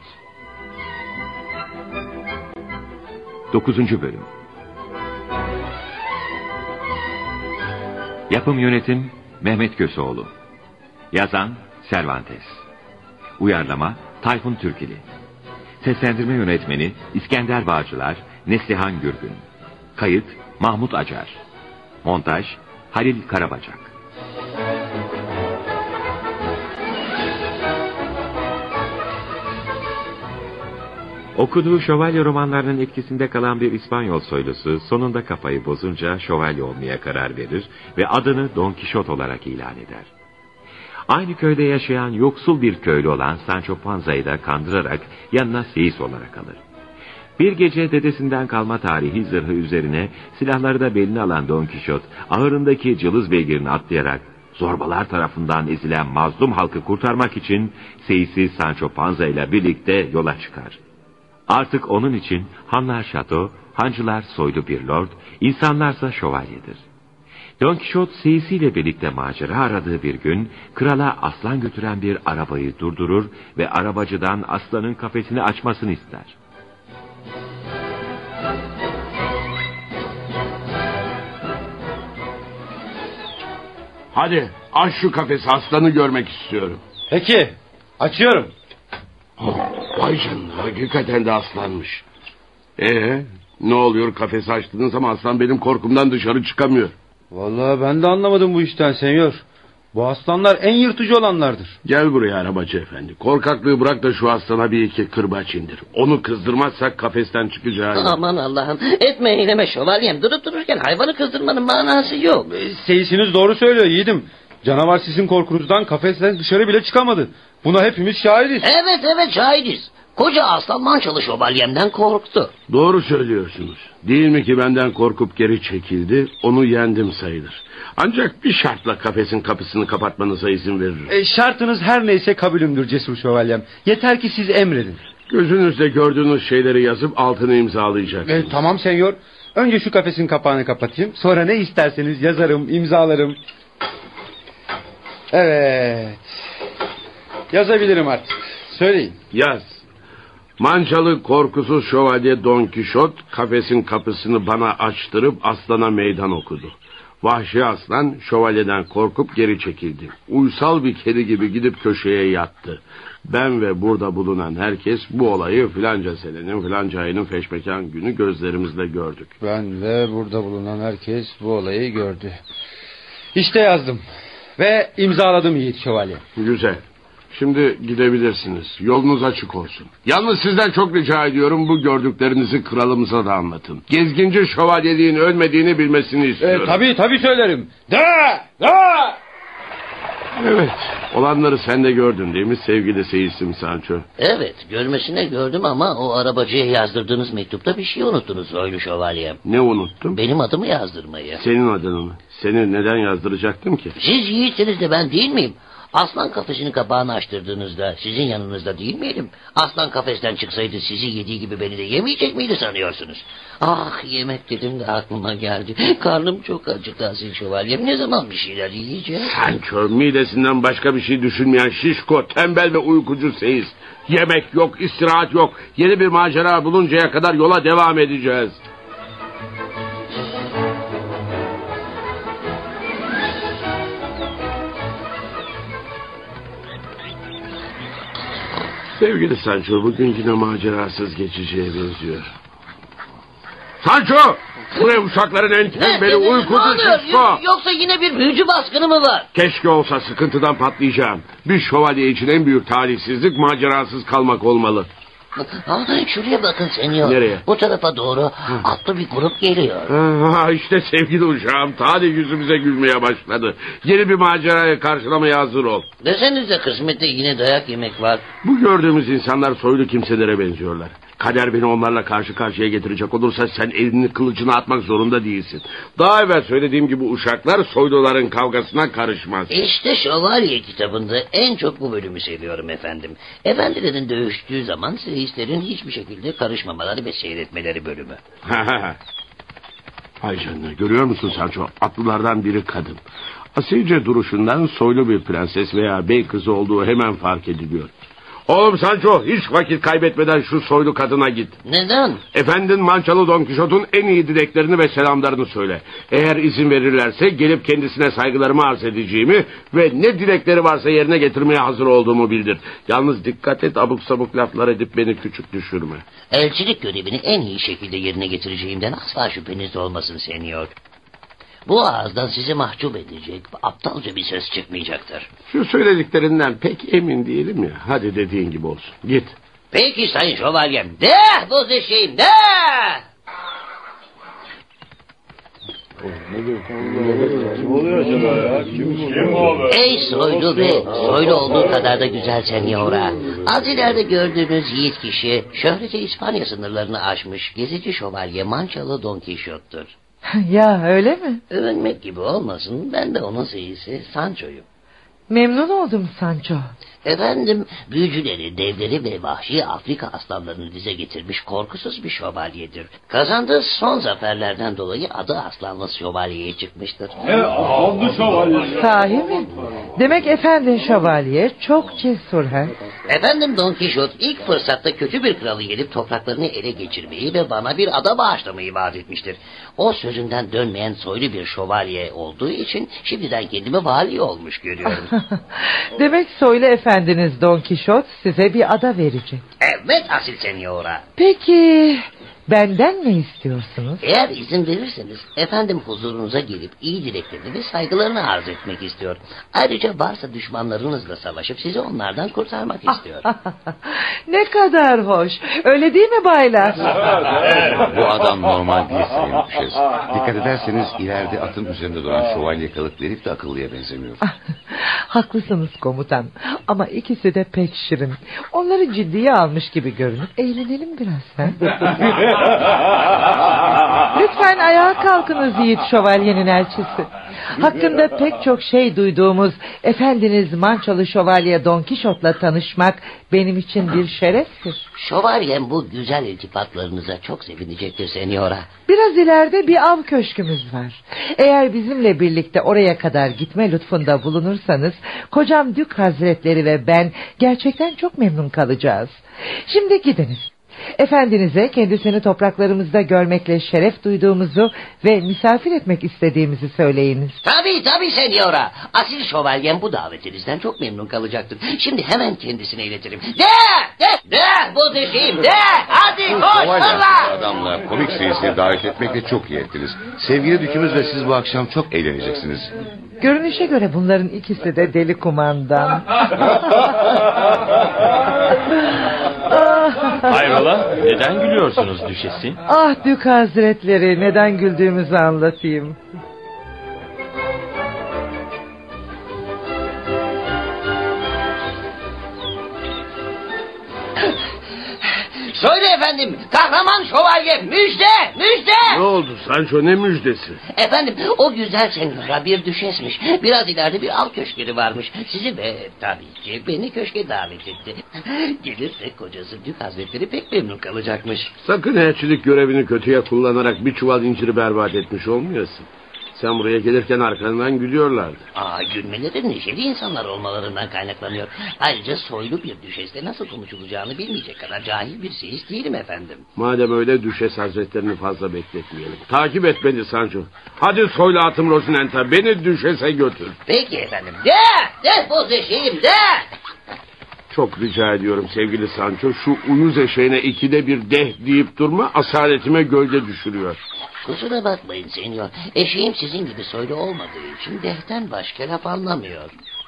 dokuzuncu bölüm. Yapım yönetim Mehmet Köseoğlu. Yazan Cervantes. Uyarlama Tayfun Türkili. Seslendirme yönetmeni İskender Bağcılar, Neslihan Gürgün. Kayıt Mahmut Acar. Montaj Halil Karabacak. Okuduğu şövalye romanlarının etkisinde kalan bir İspanyol soylusu sonunda kafayı bozunca şövalye olmaya karar verir ve adını Don Quixote olarak ilan eder. Aynı köyde yaşayan yoksul bir köylü olan Sancho Panza'yı da kandırarak yanına seyis olarak alır. Bir gece dedesinden kalma tarihi zırhı üzerine silahları da beline alan Don Quixote ahırındaki cılız beygirini atlayarak zorbalar tarafından ezilen mazlum halkı kurtarmak için seyisi Sancho Panza ile birlikte yola çıkar. Artık onun için hanlar şato, hancılar soylu bir lord, insanlarsa şövalyedir. Don Quixote seyisiyle birlikte macera aradığı bir gün krala aslan götüren bir arabayı durdurur ve arabacıdan aslanın kafesini açmasını ister. Hadi aç şu kafesi, aslanı görmek istiyorum. Peki açıyorum. Oh, vay canına, hakikaten de aslanmış. Ee, ne oluyor, kafesi açtığınız ama aslan benim korkumdan dışarı çıkamıyor. Vallahi ben de anlamadım bu işten senyor. Bu aslanlar en yırtıcı olanlardır. Gel buraya arabacı efendi. Korkaklığı bırak da şu aslana bir iki kırbaç indir. Onu kızdırmazsak kafesten çıkacağı... Aman Allah'ım, etme eyleme şövalyem. Durup dururken hayvanı kızdırmanın manası yok. Seyisiniz doğru söylüyor yiğidim. Canavar sizin korkunuzdan kafesten dışarı bile çıkamadı. Buna hepimiz şahidiz. Evet evet şahidiz. Koca aslan mançalı şövalyemden korktu. Doğru söylüyorsunuz. Değil mi ki benden korkup geri çekildi, onu yendim sayılır. Ancak bir şartla kafesin kapısını kapatmanıza izin veririm. E, şartınız her neyse kabulümdür cesur şövalyem. Yeter ki siz emredin. Gözünüzde gördüğünüz şeyleri yazıp altını imzalayacaksınız. E, tamam senyor. Önce şu kafesin kapağını kapatayım. Sonra ne isterseniz yazarım, imzalarım. Evet. Yazabilirim artık. Söyleyin. Yaz. Mançalı korkusuz şövalye Don Kişot kafesin kapısını bana açtırıp aslana meydan okudu. Vahşi aslan şövalyeden korkup geri çekildi. Uysal bir kedi gibi gidip köşeye yattı. Ben ve burada bulunan herkes bu olayı filanca senenin filanca ayının feşmekan günü gözlerimizle gördük. Ben ve burada bulunan herkes bu olayı gördü. İşte yazdım ve imzaladım yiğit şövalye. Güzel. Şimdi gidebilirsiniz. Yolunuz açık olsun. Yalnız sizden çok rica ediyorum bu gördüklerinizi kralımıza da anlatın. Gezginci şövalyeliğin ölmediğini bilmesini istiyorum. E, tabii tabii söylerim. Da! Da! Evet. Olanları sen de gördün değil mi sevgili seyisim Sancho? Evet görmesine gördüm ama o arabacıya yazdırdığınız mektupta bir şey unuttunuz Soylu şövalyem. Ne unuttum? Benim adımı yazdırmayı. Senin adını mı? Seni neden yazdıracaktım ki? Siz yiğitsiniz de ben değil miyim? Aslan kafesinin kapağını açtırdığınızda sizin yanınızda değil miydim? Aslan kafesten çıksaydı sizi yediği gibi beni de yemeyecek miydi sanıyorsunuz? Ah yemek dedim de aklıma geldi. Karnım çok acıktı Asil şövalyem. Ne zaman bir şeyler yiyeceğim? Sancho midesinden başka bir şey düşünmeyen şişko, tembel ve uykucu seyiz. Yemek yok, istirahat yok. Yeni bir macera buluncaya kadar yola devam edeceğiz. Sevgili Sancho bugün yine macerasız geçeceğe benziyor. Sancho! Buraya uşakların en tembeli uykucu şişko. Yoksa yine bir büyücü baskını mı var? Keşke olsa sıkıntıdan patlayacağım. Bir şövalye için en büyük talihsizlik macerasız kalmak olmalı. Ha, şuraya bakın senyor. Nereye? Bu tarafa doğru atlı bir grup geliyor. Ha, işte sevgili uşağım talih yüzümüze gülmeye başladı. Yeni bir maceraya karşılamaya hazır ol. Desenize kısmette yine dayak yemek var. Bu gördüğümüz insanlar soylu kimselere benziyorlar. Kader beni onlarla karşı karşıya getirecek olursa sen elini kılıcına atmak zorunda değilsin. Daha evvel söylediğim gibi uşaklar soyluların kavgasına karışmaz. İşte Şövalye kitabında en çok bu bölümü seviyorum efendim. Efendilerin dövüştüğü zaman seyislerin hiçbir şekilde karışmamaları ve seyretmeleri bölümü. Hay canına görüyor musun Sancho? Atlılardan biri kadın. Asilce duruşundan soylu bir prenses veya bey kızı olduğu hemen fark ediliyor. Oğlum Sancho hiç vakit kaybetmeden şu soylu kadına git. Neden? Efendin Mançalı Don Kişot'un en iyi dileklerini ve selamlarını söyle. Eğer izin verirlerse gelip kendisine saygılarımı arz edeceğimi ve ne dilekleri varsa yerine getirmeye hazır olduğumu bildir. Yalnız dikkat et abuk sabuk laflar edip beni küçük düşürme. Elçilik görevini en iyi şekilde yerine getireceğimden asla şüpheniz olmasın senyor. Bu ağızdan sizi mahcup edecek, aptalca bir söz çıkmayacaktır. Şu söylediklerinden pek emin değilim ya. Hadi dediğin gibi olsun. Git. Peki sayın şövalyem. De boz eşeğim de. Ey soylu ve soylu olduğu kadar da güzel senyora. Az ileride gördüğünüz yiğit kişi şöhreti İspanya sınırlarını aşmış gezici şövalye Mançalı Don Kişot'tur. Ya öyle mi? Övünmek gibi olmasın, ben de onun seyisi Sancho'yum. Memnun oldum Sancho. Efendim, büyücüleri, devleri ve vahşi Afrika aslanlarını dize getirmiş korkusuz bir şövalyedir. Kazandığı son zaferlerden dolayı adı aslanlı şövalyeye çıkmıştır. E, aslanlı şövalye. Sahi mi? Demek efendin şövalye çok cesur ha? Efendim Don Kişot ilk fırsatta kötü bir kralı gelip topraklarını ele geçirmeyi ve bana bir ada bağışlamayı vaat etmiştir. O sözünden dönmeyen soylu bir şövalye olduğu için şimdiden kendimi vali olmuş görüyorum. Demek soylu efendiniz Don Kişot size bir ada verecek. Evet asil senyora. Peki Benden ne istiyorsunuz? Eğer izin verirseniz efendim huzurunuza gelip iyi dileklerini ve saygılarını arz etmek istiyor. Ayrıca varsa düşmanlarınızla savaşıp sizi onlardan kurtarmak istiyor. Ne kadar hoş. Öyle değil mi baylar? Bu adam normal değil Sayın Düşes. Dikkat ederseniz ileride atın üzerinde duran şövalye kılıklı herif de akıllıya benzemiyor. Haklısınız komutan. Ama ikisi de pek şirin. Onları ciddiye almış gibi görünüp eğlenelim biraz. He? Lütfen ayağa kalkınız yiğit şövalyenin elçisi. Hakkında pek çok şey duyduğumuz efendiniz Mançalı Şövalye Don Kişot'la tanışmak benim için bir şereftir. Şövalyem bu güzel iltifatlarınıza çok sevinecektir senyora. Biraz ileride bir av köşkümüz var. Eğer bizimle birlikte oraya kadar gitme lütfunda bulunursanız kocam Dük Hazretleri ve ben gerçekten çok memnun kalacağız. Şimdi gidiniz. Efendinize kendisini topraklarımızda görmekle şeref duyduğumuzu ve misafir etmek istediğimizi söyleyiniz. Tabii tabii senyora. Asil şövalyem bu davetinizden çok memnun kalacaktır. Şimdi hemen kendisine iletirim. De! De! De! Bu dişim! De! Hadi koş fırla! Adamla komik seyisini davet etmekle çok iyi ettiniz. Sevgili dükümüz ve siz bu akşam çok eğleneceksiniz. Görünüşe göre bunların ikisi de deli kumandan. Hayrola? Neden gülüyorsunuz düşesi? Ah Dük Hazretleri, neden güldüğümüzü anlatayım. Söyle efendim, kahraman şövalye müjde, müjde! Ne oldu Sancho, ne müjdesi? Efendim, o güzel senyora bir düşesmiş. Biraz ileride bir av köşkleri varmış. Sizi ve tabii ki beni köşke davet etti. Gelirse kocası Dük Hazretleri pek memnun kalacakmış. Sakın elçilik görevini kötüye kullanarak bir çuval inciri berbat etmiş olmayasın. Sen buraya gelirken arkandan gülüyorlardı. Aa, gülmeleri neşeli insanlar olmalarından kaynaklanıyor. Ayrıca soylu bir düşesle nasıl konuşulacağını bilmeyecek kadar cahil bir seyis değilim efendim. Madem öyle Düşes Hazretlerini fazla bekletmeyelim. Takip et beni Sancho. Hadi soylu atım Rosinanta, beni Düşes'e götür. Peki efendim. De! De boz eşeğim de! Çok rica ediyorum sevgili Sancho, şu uyuz eşeğine ikide bir deh deyip durma, asaletime gölge düşürüyor. Kusura bakmayın senyor. Eşeğim sizin gibi soylu olmadığı için dehten başka laf anlamıyor.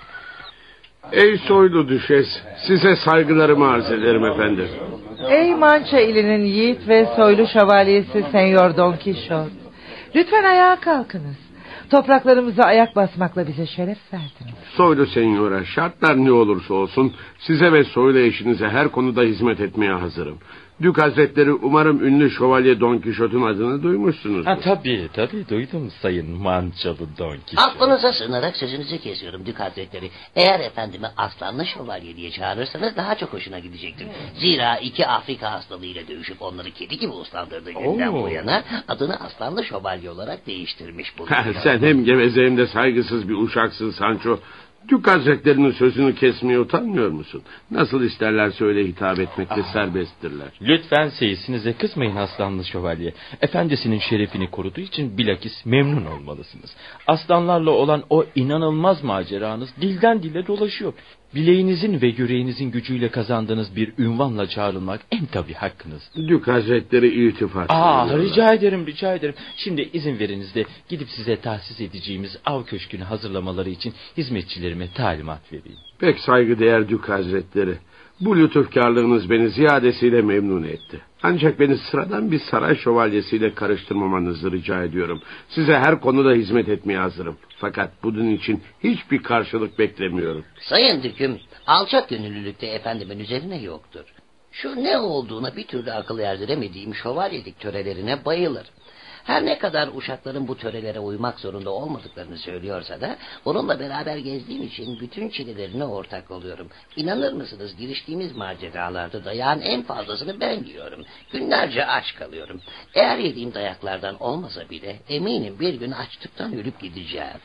Ey soylu düşes, size saygılarımı arz ederim efendim. Ey Mança ilinin yiğit ve soylu şövalyesi Senyor Don Kişot. Lütfen ayağa kalkınız. Topraklarımıza ayak basmakla bize şeref verdiniz. Soylu senyora, şartlar ne olursa olsun size ve soylu eşinize her konuda hizmet etmeye hazırım. Dük Hazretleri umarım ünlü şövalye Don Kişot'un adını duymuşsunuz. Ha, tabii tabii duydum sayın Mançalı Don Kişot. Affınıza sığınarak sözünüzü kesiyorum Dük Hazretleri. Eğer efendimi aslanlı şövalye diye çağırırsanız daha çok hoşuna gidecektir. Zira iki Afrika hastalığıyla dövüşüp onları kedi gibi uslandırdığı günden Oo. bu yana adını aslanlı şövalye olarak değiştirmiş bulunuyor. Sen hem geveze hem de saygısız bir uşaksın Sancho. Dük Hazretlerinin sözünü kesmeye utanmıyor musun? Nasıl isterlerse öyle hitap etmekte ah. serbesttirler. Lütfen seyisinize kızmayın aslanlı şövalye. Efendisinin şerefini koruduğu için bilakis memnun olmalısınız. Aslanlarla olan o inanılmaz maceranız dilden dile dolaşıyor. Bileğinizin ve yüreğinizin gücüyle kazandığınız bir ünvanla çağrılmak en tabii hakkınız. Dük Hazretleri iltifat. Aa, rica ederim rica ederim. Şimdi izin veriniz de gidip size tahsis edeceğimiz av köşkünü hazırlamaları için hizmetçilerime talimat vereyim. Pek saygıdeğer Dük Hazretleri. Bu lütufkarlığınız beni ziyadesiyle memnun etti. Ancak beni sıradan bir saray şövalyesiyle karıştırmamanızı rica ediyorum. Size her konuda hizmet etmeye hazırım. Fakat bunun için hiçbir karşılık beklemiyorum. Sayın Düküm, alçak gönüllülükte efendimin üzerine yoktur. Şu ne olduğuna bir türlü akıl erdiremediğim şövalyelik törelerine bayılır. Her ne kadar uşakların bu törelere uymak zorunda olmadıklarını söylüyorsa da onunla beraber gezdiğim için bütün çilelerine ortak oluyorum. İnanır mısınız, giriştiğimiz maceralarda dayağın en fazlasını ben yiyorum. Günlerce aç kalıyorum. Eğer yediğim dayaklardan olmasa bile eminim bir gün açlıktan ölüp gideceğim.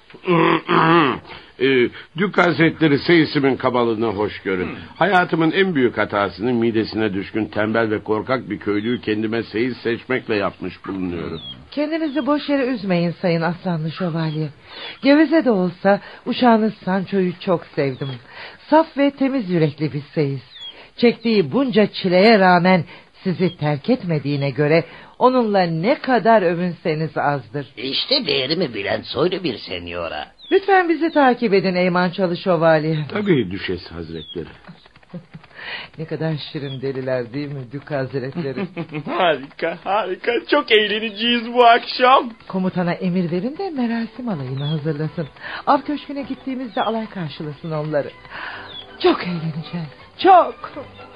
e, Dük Hazretleri seyisimin kabalığını hoş görün. Hmm. Hayatımın en büyük hatasını midesine düşkün tembel ve korkak bir köylüyü kendime seyis seçmekle yapmış bulunuyorum. Kendinizi boş yere üzmeyin sayın aslanlı şövalye. Geveze de olsa uşağınız Sancho'yu çok sevdim. Saf ve temiz yürekli bir seyis. Çektiği bunca çileye rağmen sizi terk etmediğine göre onunla ne kadar övünseniz azdır. İşte değerimi bilen soylu bir senyora. Lütfen bizi takip edin ey Mançalı şövalye. Tabii Düşes Hazretleri. Ne kadar şirin deliler değil mi Dük Hazretleri? Harika harika, çok eğleneceğiz bu akşam. Komutana emir verin de merasim alayını hazırlasın. Av köşküne gittiğimizde alay karşılasın onları. Çok eğleneceğiz, çok.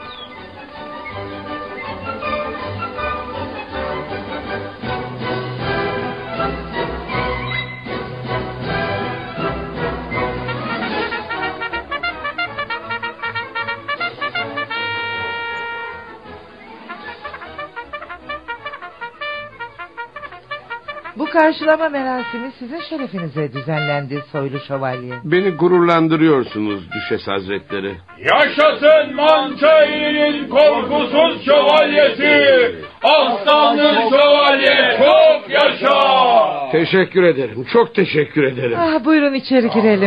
Bu karşılama merasimi sizin şerefinize düzenlendi soylu şövalye. Beni gururlandırıyorsunuz Düşes Hazretleri. Yaşasın Mançaili'nin korkusuz şövalyesi! Aslanlı şövalye çok yaşa! Teşekkür ederim, çok teşekkür ederim. Ah, buyurun içeri girelim.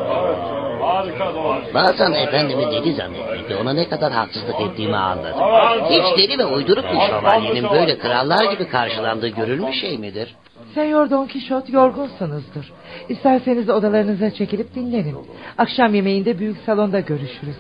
Bazen efendimi deli zannetmekte ona ne kadar haksızlık ettiğimi anladım. Hiç deli ve uyduruk bir şövalyenin böyle krallar gibi karşılandığı görülmüş şey midir? Senyor Don Kişot, yorgunsunuzdur. İsterseniz odalarınıza çekilip dinlenin. Akşam yemeğinde büyük salonda görüşürüz.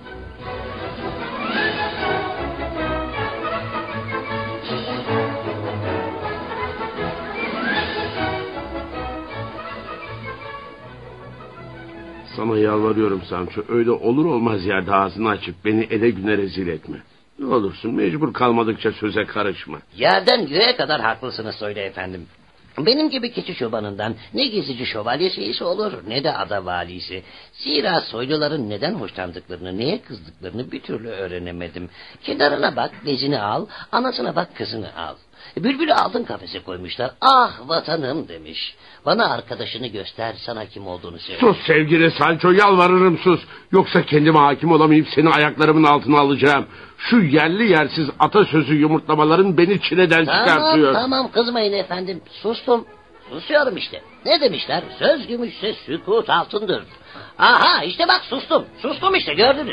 Sana yalvarıyorum Sancho, öyle olur olmaz yerde ağzını açıp beni ele güne rezil etme. Ne olursun, mecbur kalmadıkça söze karışma. Yerden göğe kadar haklısınız söyle efendim. Benim gibi keçi çobanından ne gezici şövalye şeysi olur ne de ada valisi. Zira soyluların neden hoşlandıklarını, neye kızdıklarını bir türlü öğrenemedim. Kenarına bak, bezini al, anasına bak, kızını al. Bülbülü altın kafese koymuşlar. Ah vatanım demiş. Bana arkadaşını göster, sana kim olduğunu söyle. Sus sevgili Sancho, yalvarırım sus. Yoksa kendime hakim olamayıp seni ayaklarımın altına alacağım. Şu yerli yersiz atasözü yumurtlamaların beni çileden tamam, çıkartıyor. Tamam tamam kızmayın efendim. Sustum. Susuyorum işte. Ne demişler? Söz gümüşse sükut altındır. Aha işte bak sustum. Sustum işte, gördünüz.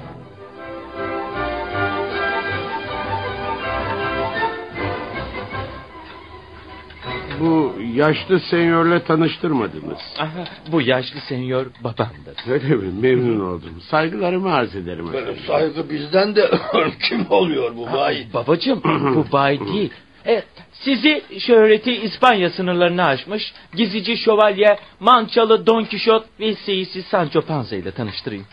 Bu yaşlı senyorla tanıştırmadınız. Aha, bu yaşlı senyor babamdır. Öyle mi? Memnun oldum. Saygılarımı arz ederim. Böyle saygı bizden de kim oluyor bu bay? Babacığım bu bay değil. Evet, sizi şöhreti İspanya sınırlarını aşmış gizici şövalye Mançalı Don Kişot ve seyisi Sancho Panza ile tanıştırayım.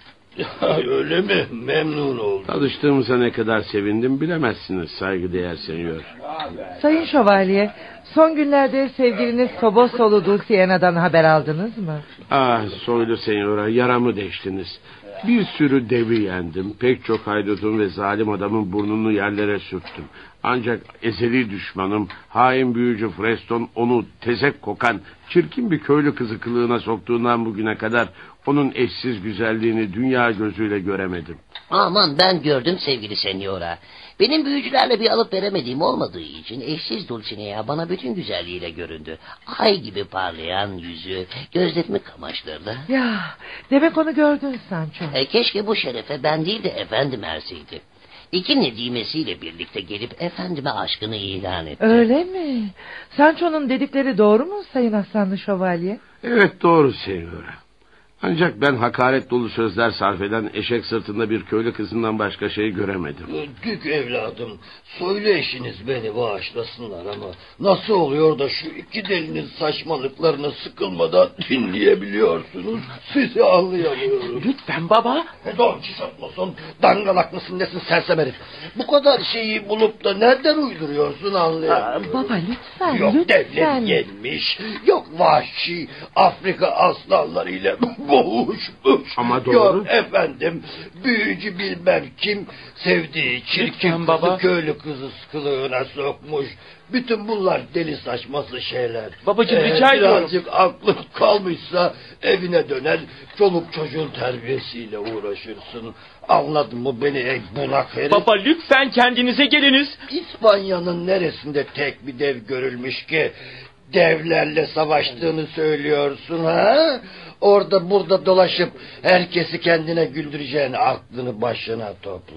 Öyle mi? Memnun oldum. Tanıştığımıza ne kadar sevindim bilemezsiniz saygıdeğer senyor. Sayın şövalye, son günlerde sevgiliniz Tobosolu Dulciana'dan haber aldınız mı? Ah soylu senyora, yaramı deştiniz. Bir sürü devi yendim. Pek çok haydutun ve zalim adamın burnunu yerlere sürttüm. Ancak ezeli düşmanım, hain büyücü Freston onu tezek kokan çirkin bir köylü kızı kılığına soktuğundan bugüne kadar onun eşsiz güzelliğini dünya gözüyle göremedim. Aman ben gördüm sevgili senyora. Benim büyücülerle bir alıp veremediğim olmadığı için eşsiz Dulcinea bana bütün güzelliğiyle göründü. Ay gibi parlayan yüzü gözlerimi kamaştırdı. Ya demek onu gördün Sancho. E, keşke bu şerefe ben değil de efendim erseydi. İki nedimesiyle birlikte gelip efendime aşkını ilan etti. Öyle mi? Sancho'nun dedikleri doğru mu Sayın Aslanlı Şövalye? Evet doğru senyora. Ancak ben hakaret dolu sözler sarf eden eşek sırtında bir köylü kızından başka şey göremedim. Dük evladım, soylu eşiniz beni bağışlasınlar ama nasıl oluyor da şu iki delinin saçmalıklarını sıkılmadan dinleyebiliyorsunuz? Sizi anlayamıyorum. Lütfen baba. Don Kişot musun? Dangalak mısın nesin sersem herif? Bu kadar şeyi bulup da nereden uyduruyorsun anlayamıyorum. Aa, baba lütfen yok lütfen. devlet yenmiş, yok vahşi Afrika aslanlarıyla boğuşmuş. Ama doğru. Yok efendim büyücü bilmem kim sevdiği çirkin kızı köylü kızı kılığına sokmuş. Bütün bunlar deli saçması şeyler. Babacığım ee, rica ediyorum. Birazcık aklın kalmışsa evine döner çoluk çocuğun terbiyesiyle uğraşırsın. Anladın mı beni ey bunak herif? Baba lütfen kendinize geliniz. İspanya'nın neresinde tek bir dev görülmüş ki devlerle savaştığını söylüyorsun ha? Orada burada dolaşıp herkesi kendine güldüreceğine aklını başına topla.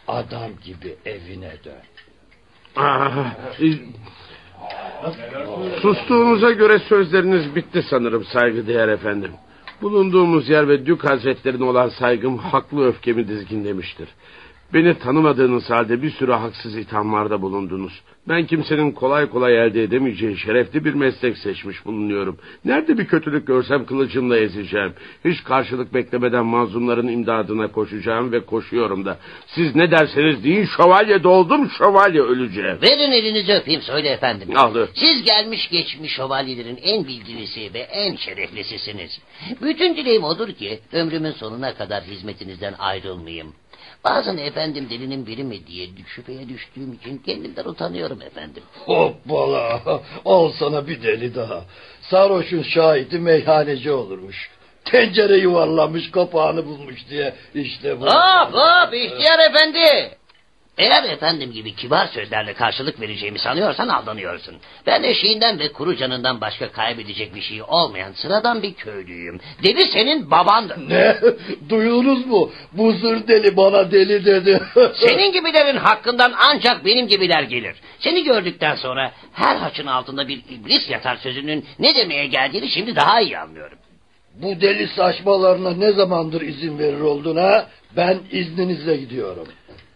adam gibi evine dön. Ah, sustuğunuza göre sözleriniz bitti sanırım saygıdeğer efendim. Bulunduğumuz yer ve Dük Hazretlerine olan saygım haklı öfkemi dizginlemiştir. Beni tanımadığınız halde bir sürü haksız ithamlarda bulundunuz. Ben kimsenin kolay kolay elde edemeyeceği şerefli bir meslek seçmiş bulunuyorum. Nerede bir kötülük görsem kılıcımla ezeceğim. Hiç karşılık beklemeden mazlumların imdadına koşacağım ve koşuyorum da. Siz ne derseniz deyin, şövalye doğdum, şövalye öleceğim. Verin elinizi öpeyim, söyle efendim. Aldı. Siz gelmiş geçmiş şövalyelerin en bilgilisi ve en şereflisisiniz. Bütün dileğim odur ki ömrümün sonuna kadar hizmetinizden ayrılmayayım. Bazen efendim delinin biri mi diye şüpheye düştüğüm için kendimden utanıyorum efendim. Hoppala, al sana bir deli daha. Sarhoşun şahidi meyhaneci olurmuş. Tencere yuvarlamış, kapağını bulmuş diye işte bu. Hop hop ihtiyar efendi. Eğer efendim gibi kibar sözlerle karşılık vereceğimi sanıyorsan aldanıyorsun. Ben eşeğinden ve kuru canından başka kaybedecek bir şey olmayan sıradan bir köylüyüm. Deli senin babandır. Ne? Duydunuz mu? Bu zır deli bana deli dedi. Senin gibilerin hakkından ancak benim gibiler gelir. Seni gördükten sonra her haçın altında bir iblis yatar sözünün ne demeye geldiğini şimdi daha iyi anlıyorum. Bu deli saçmalarına ne zamandır izin verir oldun ha? Ben izninizle gidiyorum.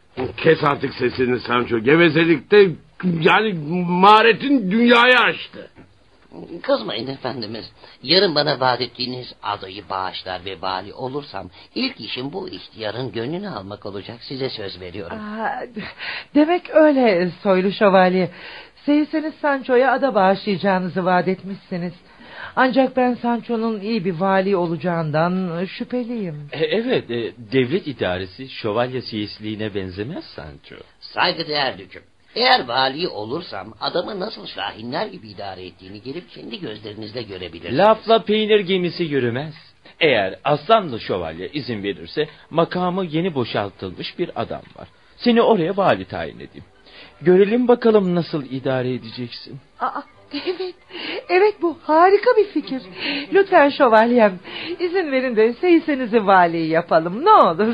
Kes artık sesini Sancho. Gevezelikte yani maharetin dünyayı aştı. Kızmayın efendimiz. Yarın bana vaat ettiğiniz adayı bağışlar ve vali olursam ilk işim bu ihtiyarın gönlünü almak olacak. Size söz veriyorum. Aa, demek öyle soylu şövalye. Seyseniz Sancho'ya ada bağışlayacağınızı vaat etmişsiniz. Ancak ben Sancho'nun iyi bir vali olacağından şüpheliyim. E, evet, e, devlet idaresi şövalye siyesliğine benzemez Sancho. Saygıdeğer düküm. Eğer vali olursam adamı nasıl şahinler gibi idare ettiğini gelip kendi gözlerinizle görebilirsiniz. Lafla peynir gemisi yürümez. Eğer aslanlı şövalye izin verirse makamı yeni boşaltılmış bir adam var. Seni oraya vali tayin edeyim. Görelim bakalım nasıl idare edeceksin. Aa, evet, evet bu harika bir fikir. Lütfen şövalyem, izin verin de seysenizi vali yapalım ne olur.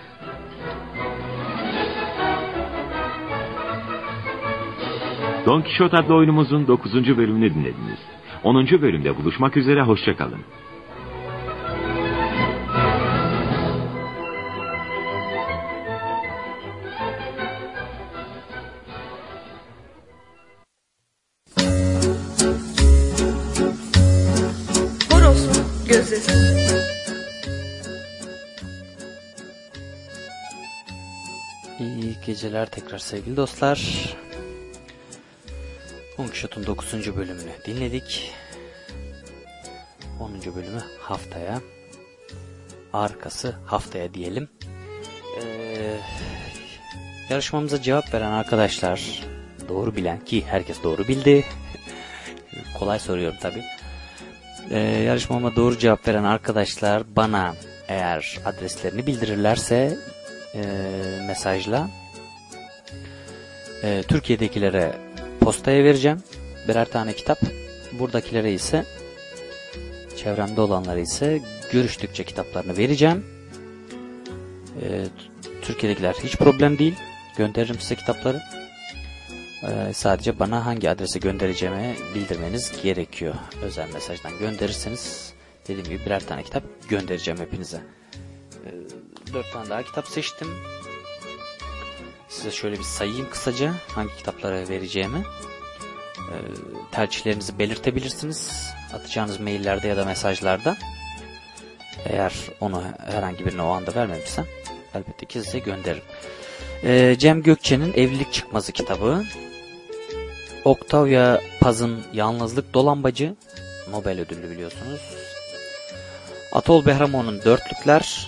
Don Kişot adlı oyunumuzun dokuzuncu bölümünü dinlediniz. onuncu bölümde buluşmak üzere, hoşça kalın. Horoz'un gözdesi. İyi geceler tekrar sevgili dostlar. Don Kişot'un dokuzuncu bölümünü dinledik. onuncu bölümü haftaya. Arkası haftaya diyelim. Ee, yarışmamıza cevap veren arkadaşlar, doğru bilen, ki herkes doğru bildi. Kolay soruyorum tabii. Ee, yarışmama doğru cevap veren arkadaşlar bana eğer adreslerini bildirirlerse e, mesajla e, Türkiye'dekilere postaya vereceğim birer tane kitap. Buradakilere ise, çevremde olanlara ise görüştükçe kitaplarını vereceğim. Ee, Türkiye'dekiler hiç problem değil. Gönderirim size kitapları. Ee, sadece bana hangi adrese göndereceğimi bildirmeniz gerekiyor. Özel mesajdan gönderirseniz dediğim gibi birer tane kitap göndereceğim hepinize. Ee, dört tane daha kitap seçtim. Size şöyle bir sayayım kısaca hangi kitaplara vereceğimi. Ee, tercihlerinizi belirtebilirsiniz. Atacağınız maillerde ya da mesajlarda. Eğer onu herhangi birine o anda vermemişsem elbette ki size gönderirim. Ee, Cem Gökçe'nin Evlilik Çıkmazı kitabı. Octavia Paz'ın Yalnızlık Dolambacı. Nobel ödüllü biliyorsunuz. Atol Behramoğlu'nun Dörtlükler.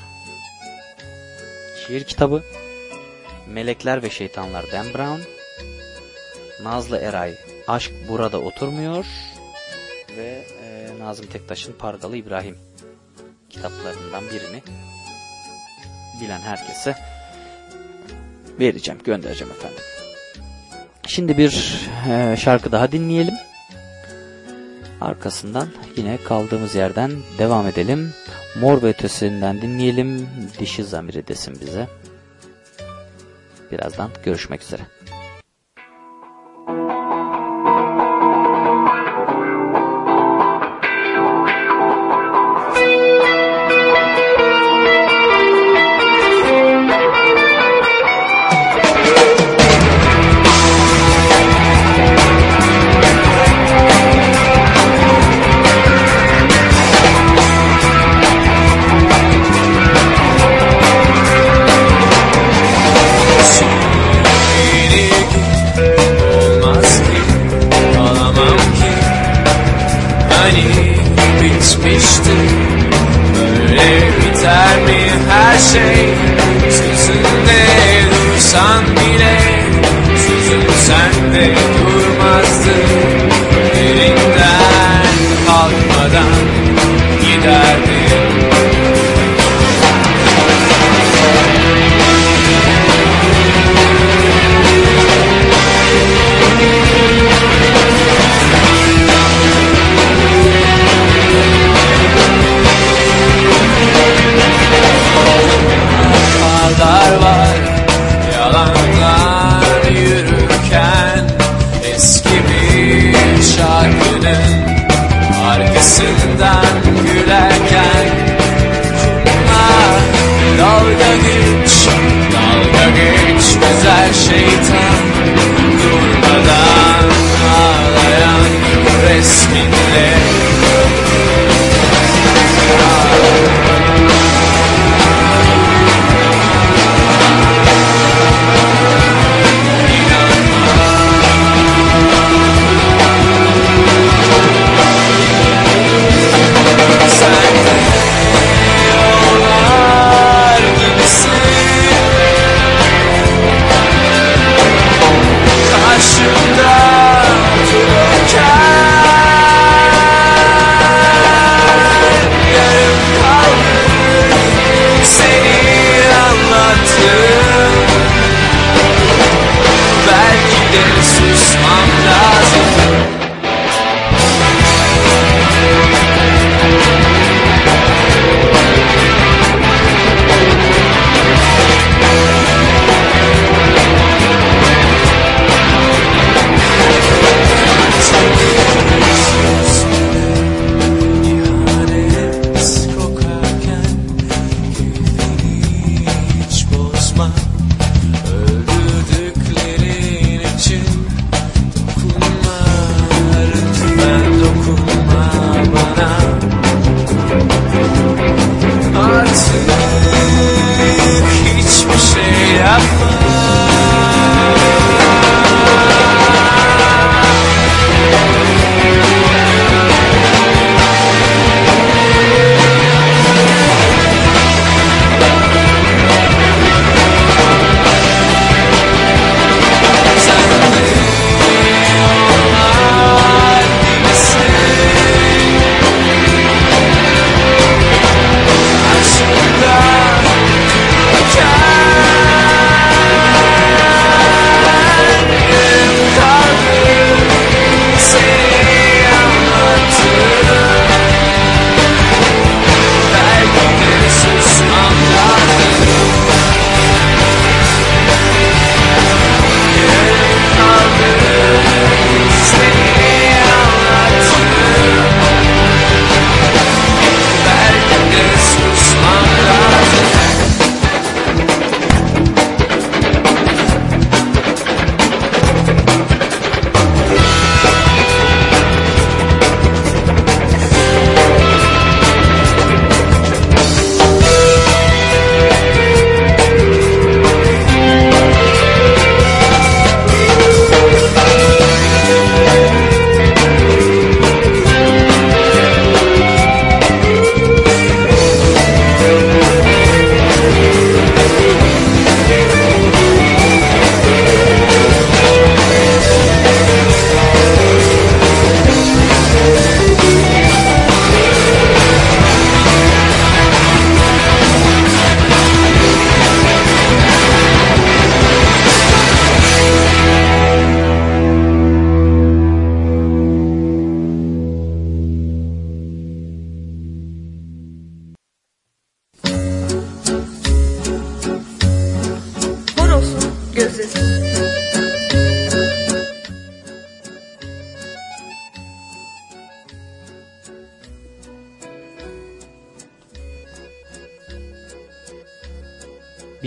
Şiir kitabı. Melekler ve Şeytanlar Dan Brown. Nazlı Eray Aşk Burada Oturmuyor ve e, Nazım Tektaş'ın Pargalı İbrahim kitaplarından birini bilen herkese vereceğim, göndereceğim efendim. Şimdi bir e, şarkı daha dinleyelim. Arkasından yine kaldığımız yerden devam edelim. Mor ve Ötesi'nden dinleyelim. Dişi Zamiri desin bize. Birazdan görüşmek üzere. Yalandan yürürken eski bir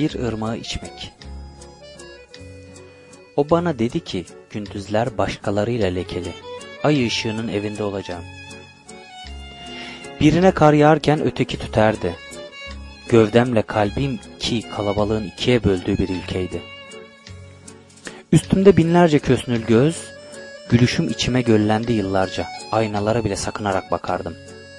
Bir ırmağı içmek. O bana dedi ki, gündüzler başkalarıyla lekeli, ay ışığının evinde olacağım. Birine kar yağarken öteki tüterdi. Gövdemle kalbim ki kalabalığın ikiye böldüğü bir ilkeydi. Üstümde binlerce kösnül göz, gülüşüm içime göllendi yıllarca, aynalara bile sakınarak bakardım.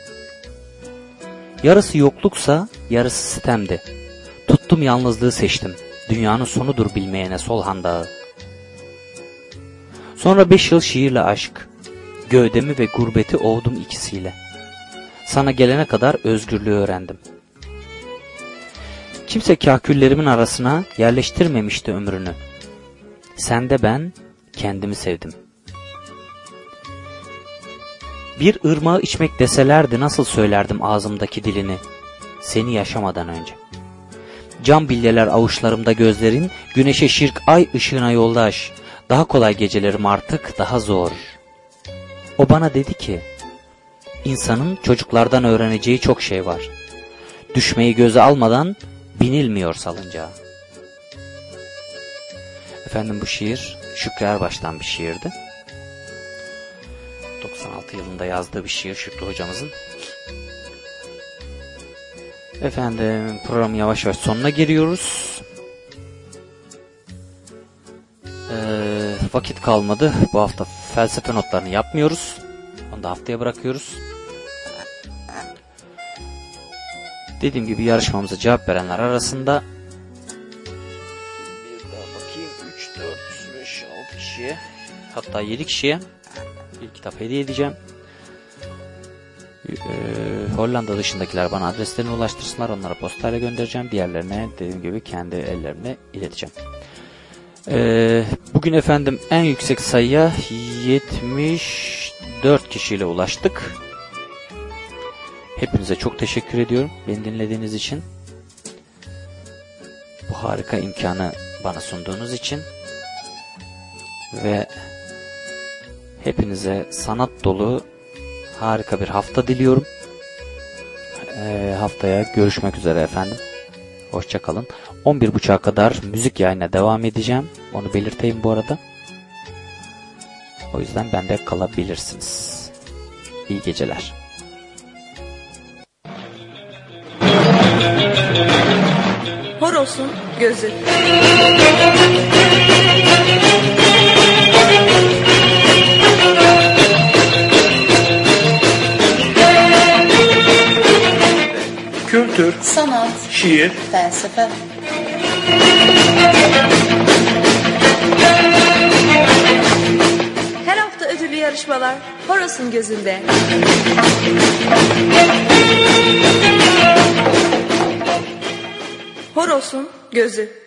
Yarısı yokluksa, yarısı sitemdi. Tuttum yalnızlığı seçtim, dünyanın sonudur bilmeyene sol handağı. Sonra beş yıl şiirle aşk, gövdemi ve gurbeti ovdum ikisiyle. Sana gelene kadar özgürlüğü öğrendim. Kimse kahküllerimin arasına yerleştirmemişti ömrünü. Sen de ben kendimi sevdim. Bir ırmağı içmek deselerdi nasıl söylerdim ağzımdaki dilini, seni yaşamadan önce. Cam bilyeler avuçlarımda gözlerin, güneşe şirk ay ışığına yoldaş, daha kolay gecelerim artık daha zor. O bana dedi ki, insanın çocuklardan öğreneceği çok şey var. Düşmeyi göze almadan binilmiyor salıncağa. Efendim bu şiir Şükrü Erbaş'tan bir şiirdi. doksan altı yılında yazdığı bir şiir Şükrü hocamızın. Efendim programın yavaş yavaş sonuna giriyoruz. Ee, vakit kalmadı. Bu hafta felsefe notlarını yapmıyoruz. Onu da haftaya bırakıyoruz. Dediğim gibi yarışmamıza cevap verenler arasında bir daha bakayım üç, dört, beş, altı kişiye, hatta yedi kişiye bir kitap hediye edeceğim. Ee, Hollanda dışındakiler bana adreslerini ulaştırsınlar, onlara postayla göndereceğim. Diğerlerine dediğim gibi kendi ellerimle ileteceğim. Ee, bugün efendim en yüksek sayıya yetmiş dört kişiyle ulaştık. Hepinize çok teşekkür ediyorum beni dinlediğiniz için. Bu harika imkanı bana sunduğunuz için. Ve hepinize sanat dolu harika bir hafta diliyorum. Ee, haftaya görüşmek üzere efendim. Hoşça kalın. on bir buçuğa kadar müzik yayına devam edeceğim. Onu belirteyim bu arada. O yüzden bende kalabilirsiniz. İyi geceler. Horos'un gözü. Kültür, sanat, şiir, felsefe. Her hafta ödüllü yarışmalar Horos'un gözünde. Horos'un gözü.